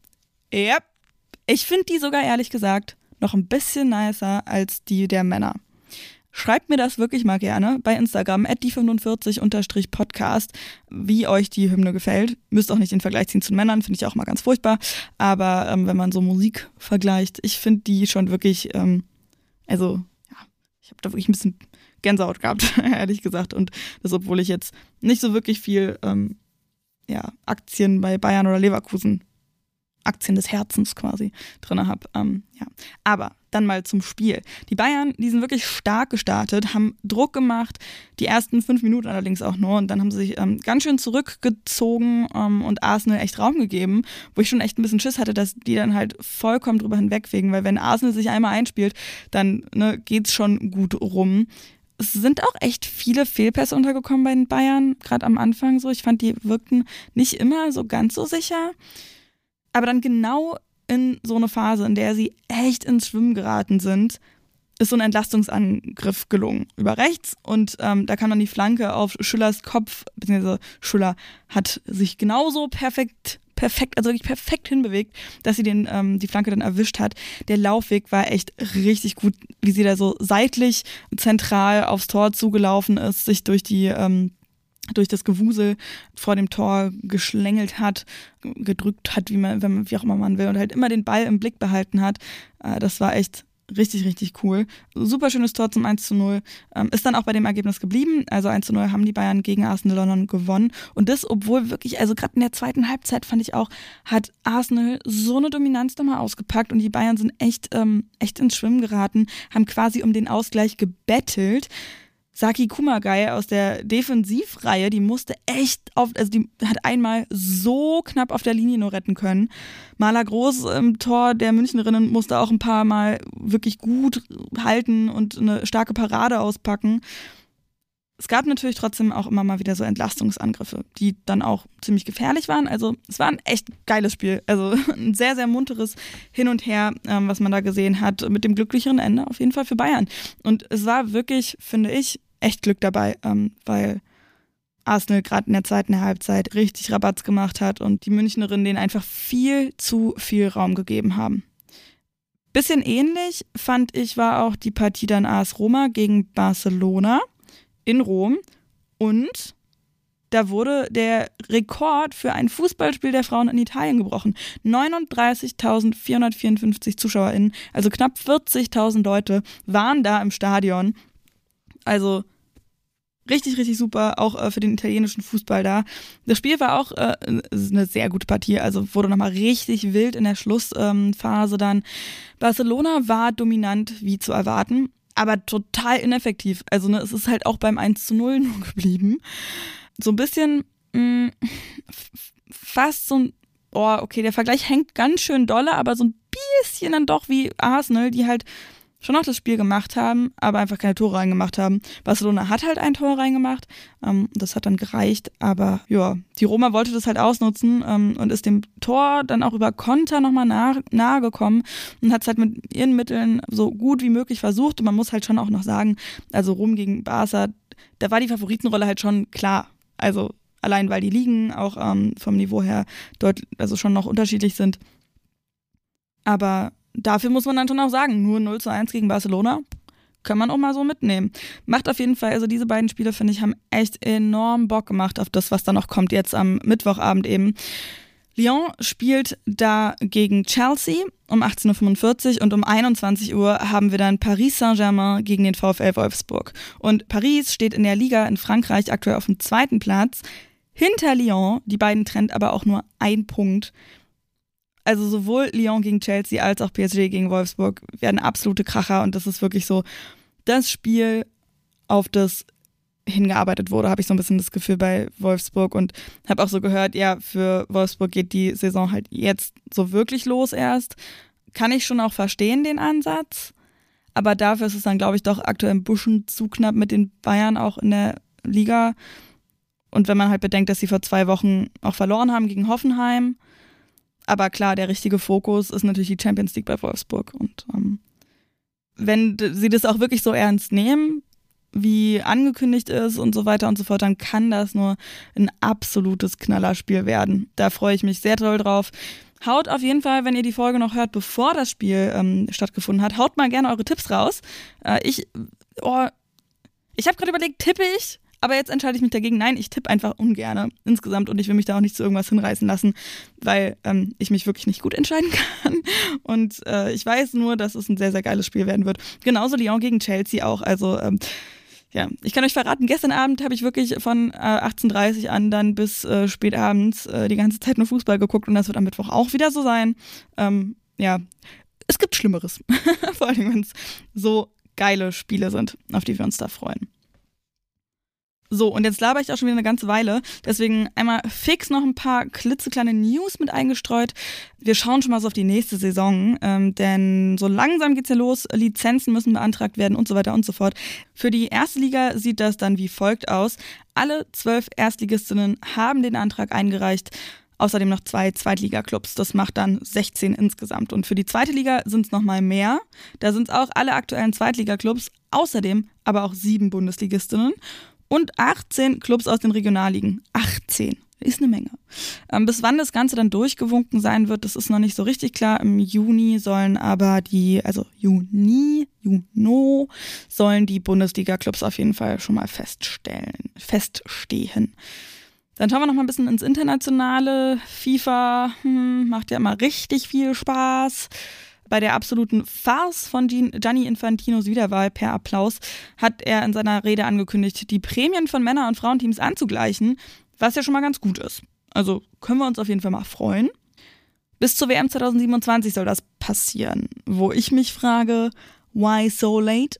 Ich finde die sogar ehrlich gesagt noch ein bisschen nicer als die der Männer. Schreibt mir das wirklich mal gerne bei Instagram @die45_podcast, wie euch die Hymne gefällt. Müsst auch nicht den Vergleich ziehen zu den Männern, finde ich auch mal ganz furchtbar. Aber wenn man so Musik vergleicht, ich finde die schon wirklich, ich habe da wirklich ein bisschen Gänsehaut gehabt, ehrlich gesagt. Und das, obwohl ich jetzt nicht so wirklich viel Aktien bei Bayern oder Leverkusen, Aktien des Herzens quasi drin habe. Aber dann mal zum Spiel. Die Bayern, die sind wirklich stark gestartet, haben Druck gemacht, die ersten 5 Minuten allerdings auch nur und dann haben sie sich ganz schön zurückgezogen und Arsenal echt Raum gegeben, wo ich schon echt ein bisschen Schiss hatte, dass die dann halt vollkommen drüber hinwegfegen, weil wenn Arsenal sich einmal einspielt, dann geht's schon gut rum. Es sind auch echt viele Fehlpässe untergekommen bei den Bayern, gerade am Anfang so. Ich fand, die wirkten nicht immer so ganz so sicher. Aber dann genau in so eine Phase, in der sie echt ins Schwimmen geraten sind, ist so ein Entlastungsangriff gelungen über rechts und da kam dann die Flanke auf Schüllers Kopf, beziehungsweise Schüller hat sich genauso perfekt, also wirklich perfekt hinbewegt, dass sie die Flanke dann erwischt hat. Der Laufweg war echt richtig gut, wie sie da so seitlich zentral aufs Tor zugelaufen ist, sich durch die durch das Gewusel vor dem Tor geschlängelt hat, gedrückt hat, wie auch immer man will, und halt immer den Ball im Blick behalten hat. Das war echt richtig, richtig cool. Super schönes Tor zum 1:0. Ist dann auch bei dem Ergebnis geblieben. Also 1:0 haben die Bayern gegen Arsenal London gewonnen. Und das, obwohl wirklich, also gerade in der zweiten Halbzeit fand ich auch, hat Arsenal so eine Dominanz nochmal ausgepackt und die Bayern sind echt ins Schwimmen geraten, haben quasi um den Ausgleich gebettelt. Saki Kumagai aus der Defensivreihe, die musste echt die hat einmal so knapp auf der Linie nur retten können. Marla Groß im Tor der Münchnerinnen musste auch ein paar Mal wirklich gut halten und eine starke Parade auspacken. Es gab natürlich trotzdem auch immer mal wieder so Entlastungsangriffe, die dann auch ziemlich gefährlich waren. Also es war ein echt geiles Spiel. Also ein sehr, sehr munteres Hin und Her, was man da gesehen hat, mit dem glücklicheren Ende auf jeden Fall für Bayern. Und es war wirklich, finde ich, echt Glück dabei, weil Arsenal gerade in der zweiten Halbzeit richtig Rabatz gemacht hat und die Münchnerinnen denen einfach viel zu viel Raum gegeben haben. Bisschen ähnlich, fand ich, war auch die Partie dann AS Roma gegen Barcelona in Rom und da wurde der Rekord für ein Fußballspiel der Frauen in Italien gebrochen. 39.454 ZuschauerInnen, also knapp 40.000 Leute waren da im Stadion. Also richtig, richtig super, auch für den italienischen Fußball da. Das Spiel war auch eine sehr gute Partie, also wurde nochmal richtig wild in der Schlussphase dann. Barcelona war dominant, wie zu erwarten, aber total ineffektiv. Also es ist halt auch beim 1:0 nur geblieben. So ein bisschen fast so ein, okay, der Vergleich hängt ganz schön dolle, aber so ein bisschen dann doch wie Arsenal, die halt schon noch das Spiel gemacht haben, aber einfach keine Tore reingemacht haben. Barcelona hat halt ein Tor reingemacht, das hat dann gereicht, aber ja, die Roma wollte das halt ausnutzen und ist dem Tor dann auch über Konter nochmal nahe gekommen und hat es halt mit ihren Mitteln so gut wie möglich versucht. Und man muss halt schon auch noch sagen, also Rom gegen Barca, da war die Favoritenrolle halt schon klar. Also allein, weil die Ligen auch vom Niveau her also schon noch unterschiedlich sind. Aber dafür muss man dann schon auch sagen, nur 0:1 gegen Barcelona kann man auch mal so mitnehmen. Macht auf jeden Fall, also diese beiden Spiele, finde ich, haben echt enorm Bock gemacht auf das, was da noch kommt, jetzt am Mittwochabend eben. Lyon spielt da gegen Chelsea um 18:45 Uhr und um 21 Uhr haben wir dann Paris Saint-Germain gegen den VfL Wolfsburg. Und Paris steht in der Liga in Frankreich aktuell auf dem 2. Platz, hinter Lyon, die beiden trennt aber auch nur 1 Punkt. Also sowohl Lyon gegen Chelsea als auch PSG gegen Wolfsburg werden absolute Kracher und das ist wirklich so das Spiel, auf das hingearbeitet wurde, habe ich so ein bisschen das Gefühl bei Wolfsburg und habe auch so gehört, ja, für Wolfsburg geht die Saison halt jetzt so wirklich los erst. Kann ich schon auch verstehen, den Ansatz, aber dafür ist es dann, glaube ich, doch aktuell ein bisschen zu knapp mit den Bayern auch in der Liga und wenn man halt bedenkt, dass sie vor 2 Wochen auch verloren haben gegen Hoffenheim. Aber klar, der richtige Fokus ist natürlich die Champions League bei Wolfsburg. Und wenn sie das auch wirklich so ernst nehmen, wie angekündigt ist und so weiter und so fort, dann kann das nur ein absolutes Knallerspiel werden. Da freue ich mich sehr doll drauf. Haut auf jeden Fall, wenn ihr die Folge noch hört, bevor das Spiel stattgefunden hat, haut mal gerne eure Tipps raus. Ich habe gerade überlegt, tippe ich? Aber jetzt entscheide ich mich dagegen. Nein, ich tippe einfach ungerne insgesamt und ich will mich da auch nicht zu irgendwas hinreißen lassen, weil ich mich wirklich nicht gut entscheiden kann. Und ich weiß nur, dass es ein sehr, sehr geiles Spiel werden wird. Genauso Lyon gegen Chelsea auch. Also ja, ich kann euch verraten, gestern Abend habe ich wirklich von 18:30 an dann bis spät abends die ganze Zeit nur Fußball geguckt und das wird am Mittwoch auch wieder so sein. Ja, es gibt Schlimmeres. Vor allem, wenn es so geile Spiele sind, auf die wir uns da freuen. So, und jetzt laber ich auch schon wieder eine ganze Weile, deswegen einmal fix noch ein paar klitzekleine News mit eingestreut. Wir schauen schon mal so auf die nächste Saison, denn so langsam geht's ja los, Lizenzen müssen beantragt werden und so weiter und so fort. Für die erste Liga sieht das dann wie folgt aus. Alle 12 Erstligistinnen haben den Antrag eingereicht, außerdem noch 2 Zweitliga-Clubs. Das macht dann 16 insgesamt. Und für die zweite Liga sind es nochmal mehr. Da sind es auch alle aktuellen Zweitliga-Clubs, außerdem aber auch 7 Bundesligistinnen. Und 18 Clubs aus den Regionalligen. 18. Ist eine Menge. Bis wann das Ganze dann durchgewunken sein wird, das ist noch nicht so richtig klar. Im Juni sollen aber sollen die Bundesliga-Clubs auf jeden Fall schon mal feststehen. Dann schauen wir noch mal ein bisschen ins Internationale. FIFA macht ja immer richtig viel Spaß. Bei der absoluten Farce von Gianni Infantinos Wiederwahl per Applaus hat er in seiner Rede angekündigt, die Prämien von Männer- und Frauenteams anzugleichen, was ja schon mal ganz gut ist. Also können wir uns auf jeden Fall mal freuen. Bis zur WM 2027 soll das passieren, wo ich mich frage, why so late?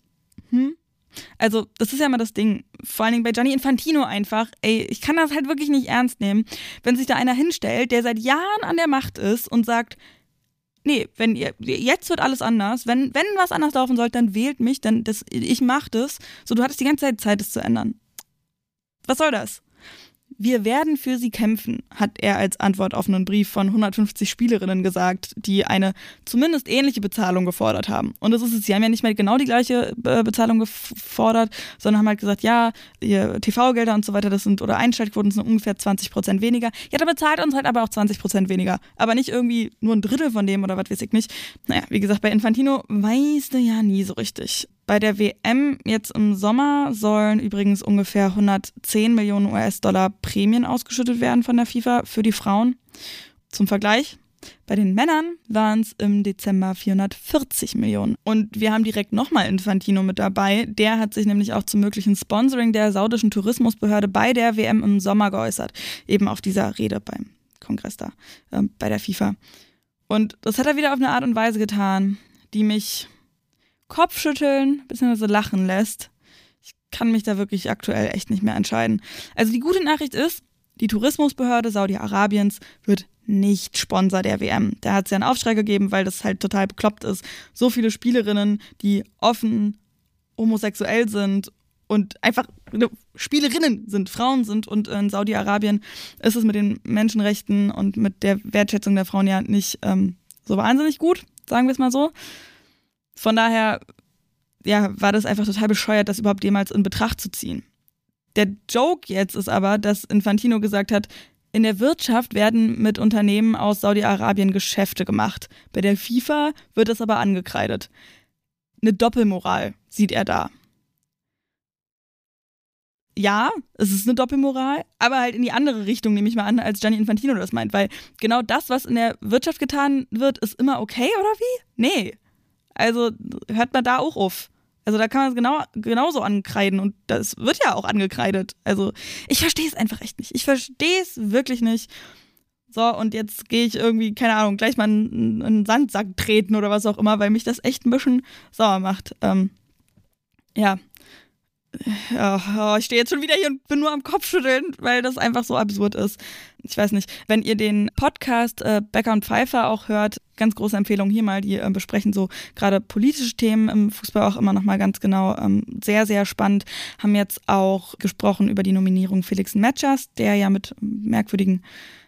Also das ist ja immer das Ding, vor allen Dingen bei Gianni Infantino einfach, ich kann das halt wirklich nicht ernst nehmen, wenn sich da einer hinstellt, der seit Jahren an der Macht ist und sagt, nee, jetzt wird alles anders. Wenn was anders laufen soll, dann wählt mich, ich mach das. So, du hattest die ganze Zeit, das zu ändern. Was soll das? Wir werden für sie kämpfen, hat er als Antwort auf einen Brief von 150 Spielerinnen gesagt, die eine zumindest ähnliche Bezahlung gefordert haben. Und das ist es, sie haben ja nicht mehr genau die gleiche Bezahlung gefordert, sondern haben halt gesagt, ja, ihr TV-Gelder und so weiter, oder Einschaltquoten sind ungefähr 20% weniger. Ja, da bezahlt uns halt aber auch 20% weniger. Aber nicht irgendwie nur ein Drittel von dem oder was weiß ich nicht. Naja, wie gesagt, bei Infantino weißt du ja nie so richtig. Bei der WM jetzt im Sommer sollen übrigens ungefähr 110 Millionen US-Dollar Prämien ausgeschüttet werden von der FIFA für die Frauen. Zum Vergleich, bei den Männern waren es im Dezember 440 Millionen. Und wir haben direkt nochmal Infantino mit dabei. Der hat sich nämlich auch zum möglichen Sponsoring der saudischen Tourismusbehörde bei der WM im Sommer geäußert. Eben auf dieser Rede beim Kongress da, bei der FIFA. Und das hat er wieder auf eine Art und Weise getan, die mich Kopfschütteln bzw. lachen lässt. Ich kann mich da wirklich aktuell echt nicht mehr entscheiden. Also die gute Nachricht ist, die Tourismusbehörde Saudi-Arabiens wird nicht Sponsor der WM. Da hat es ja einen Aufschrei gegeben, weil das halt total bekloppt ist. So viele Spielerinnen, die offen homosexuell sind und einfach Spielerinnen sind, Frauen sind, und in Saudi-Arabien ist es mit den Menschenrechten und mit der Wertschätzung der Frauen ja nicht so wahnsinnig gut, sagen wir es mal so. Von daher, ja, war das einfach total bescheuert, das überhaupt jemals in Betracht zu ziehen. Der Joke jetzt ist aber, dass Infantino gesagt hat, in der Wirtschaft werden mit Unternehmen aus Saudi-Arabien Geschäfte gemacht. Bei der FIFA wird es aber angekreidet. Eine Doppelmoral sieht er da. Ja, es ist eine Doppelmoral, aber halt in die andere Richtung, nehme ich mal an, als Gianni Infantino das meint. Weil genau das, was in der Wirtschaft getan wird, ist immer okay, oder wie? Nee. Also hört man da auch auf. Also da kann man es genauso ankreiden, und das wird ja auch angekreidet. Also ich verstehe es einfach echt nicht. Ich verstehe es wirklich nicht. So, und jetzt gehe ich irgendwie, keine Ahnung, gleich mal in einen Sandsack treten oder was auch immer, weil mich das echt ein bisschen sauer macht. Ja, ich stehe jetzt schon wieder hier und bin nur am Kopfschütteln, weil das einfach so absurd ist. Ich weiß nicht, wenn ihr den Podcast Becker und Pfeiffer auch hört, ganz große Empfehlung hier mal, die besprechen so gerade politische Themen im Fußball auch immer nochmal ganz genau. Sehr, sehr spannend. Haben jetzt auch gesprochen über die Nominierung Felix Metscher, der ja mit merkwürdigen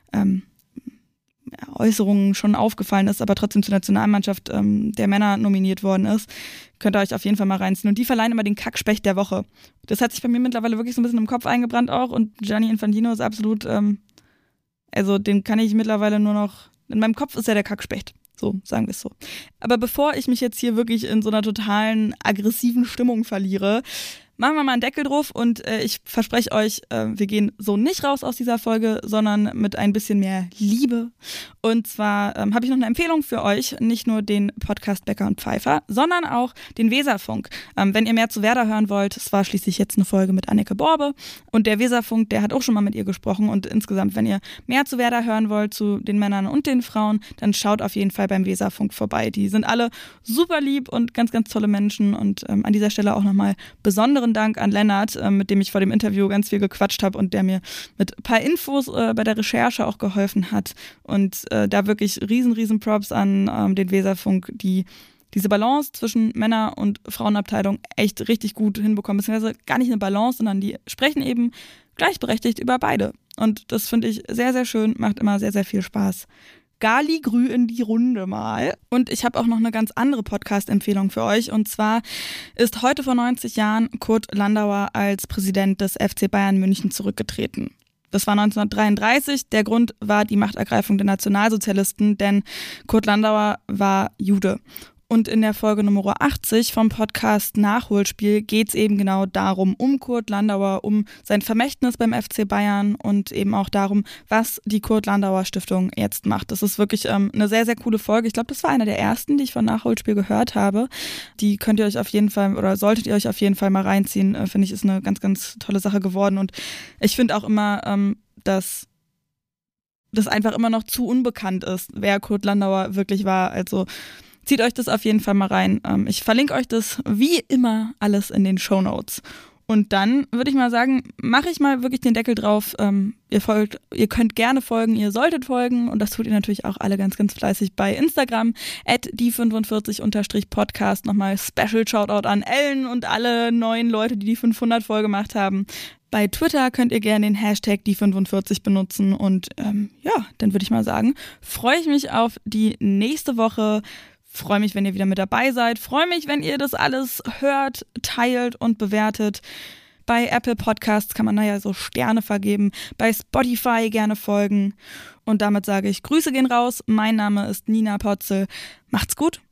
Äußerungen schon aufgefallen ist, aber trotzdem zur Nationalmannschaft der Männer nominiert worden ist. Könnt ihr euch auf jeden Fall mal reinziehen. Und die verleihen immer den Kackspecht der Woche. Das hat sich bei mir mittlerweile wirklich so ein bisschen im Kopf eingebrannt auch. Und Gianni Infantino ist absolut, also den kann ich mittlerweile nur noch, in meinem Kopf ist er der Kackspecht. So, sagen wir es so. Aber bevor ich mich jetzt hier wirklich in so einer totalen aggressiven Stimmung verliere, machen wir mal einen Deckel drauf, und ich verspreche euch, wir gehen so nicht raus aus dieser Folge, sondern mit ein bisschen mehr Liebe. Und zwar habe ich noch eine Empfehlung für euch, nicht nur den Podcast Becker und Pfeiffer, sondern auch den Weserfunk. Wenn ihr mehr zu Werder hören wollt, es war schließlich jetzt eine Folge mit Anneke Borbe, und der Weserfunk, der hat auch schon mal mit ihr gesprochen, und insgesamt, wenn ihr mehr zu Werder hören wollt, zu den Männern und den Frauen, dann schaut auf jeden Fall beim Weserfunk vorbei. Die sind alle super lieb und ganz, ganz tolle Menschen, und an dieser Stelle auch nochmal besonderen Dank an Lennart, mit dem ich vor dem Interview ganz viel gequatscht habe und der mir mit ein paar Infos bei der Recherche auch geholfen hat. Und da wirklich riesen Props an den Weserfunk, die diese Balance zwischen Männer- und Frauenabteilung echt richtig gut hinbekommen. Beziehungsweise gar nicht eine Balance, sondern die sprechen eben gleichberechtigt über beide. Und das finde ich sehr, sehr schön, macht immer sehr, sehr viel Spaß. Gali-Grü in die Runde mal. Und ich habe auch noch eine ganz andere Podcast-Empfehlung für euch. Und zwar ist heute vor 90 Jahren Kurt Landauer als Präsident des FC Bayern München zurückgetreten. Das war 1933. Der Grund war die Machtergreifung der Nationalsozialisten, denn Kurt Landauer war Jude. Und in der Folge Nummer 80 vom Podcast Nachholspiel geht es eben genau darum, um Kurt Landauer, um sein Vermächtnis beim FC Bayern und eben auch darum, was die Kurt Landauer Stiftung jetzt macht. Das ist wirklich eine sehr, sehr coole Folge. Ich glaube, das war eine der ersten, die ich von Nachholspiel gehört habe. Die könnt ihr euch auf jeden Fall oder solltet ihr euch auf jeden Fall mal reinziehen. Finde ich, ist eine ganz, ganz tolle Sache geworden. Und ich finde auch immer, dass das einfach immer noch zu unbekannt ist, wer Kurt Landauer wirklich war. Also zieht euch das auf jeden Fall mal rein. Ich verlinke euch das wie immer alles in den Shownotes. Und dann würde ich mal sagen, mache ich mal wirklich den Deckel drauf. Ihr könnt gerne folgen, ihr solltet folgen. Und das tut ihr natürlich auch alle ganz, ganz fleißig bei Instagram. @die45_podcast. Nochmal Special Shoutout an Ellen und alle neuen Leute, die 500 voll gemacht haben. Bei Twitter könnt ihr gerne den Hashtag die45 benutzen. Und dann würde ich mal sagen, freue ich mich auf die nächste Woche. Freue mich, wenn ihr wieder mit dabei seid. Freue mich, wenn ihr das alles hört, teilt und bewertet. Bei Apple Podcasts kann man so Sterne vergeben. Bei Spotify gerne folgen. Und damit sage ich, Grüße gehen raus. Mein Name ist Nina Potzel. Macht's gut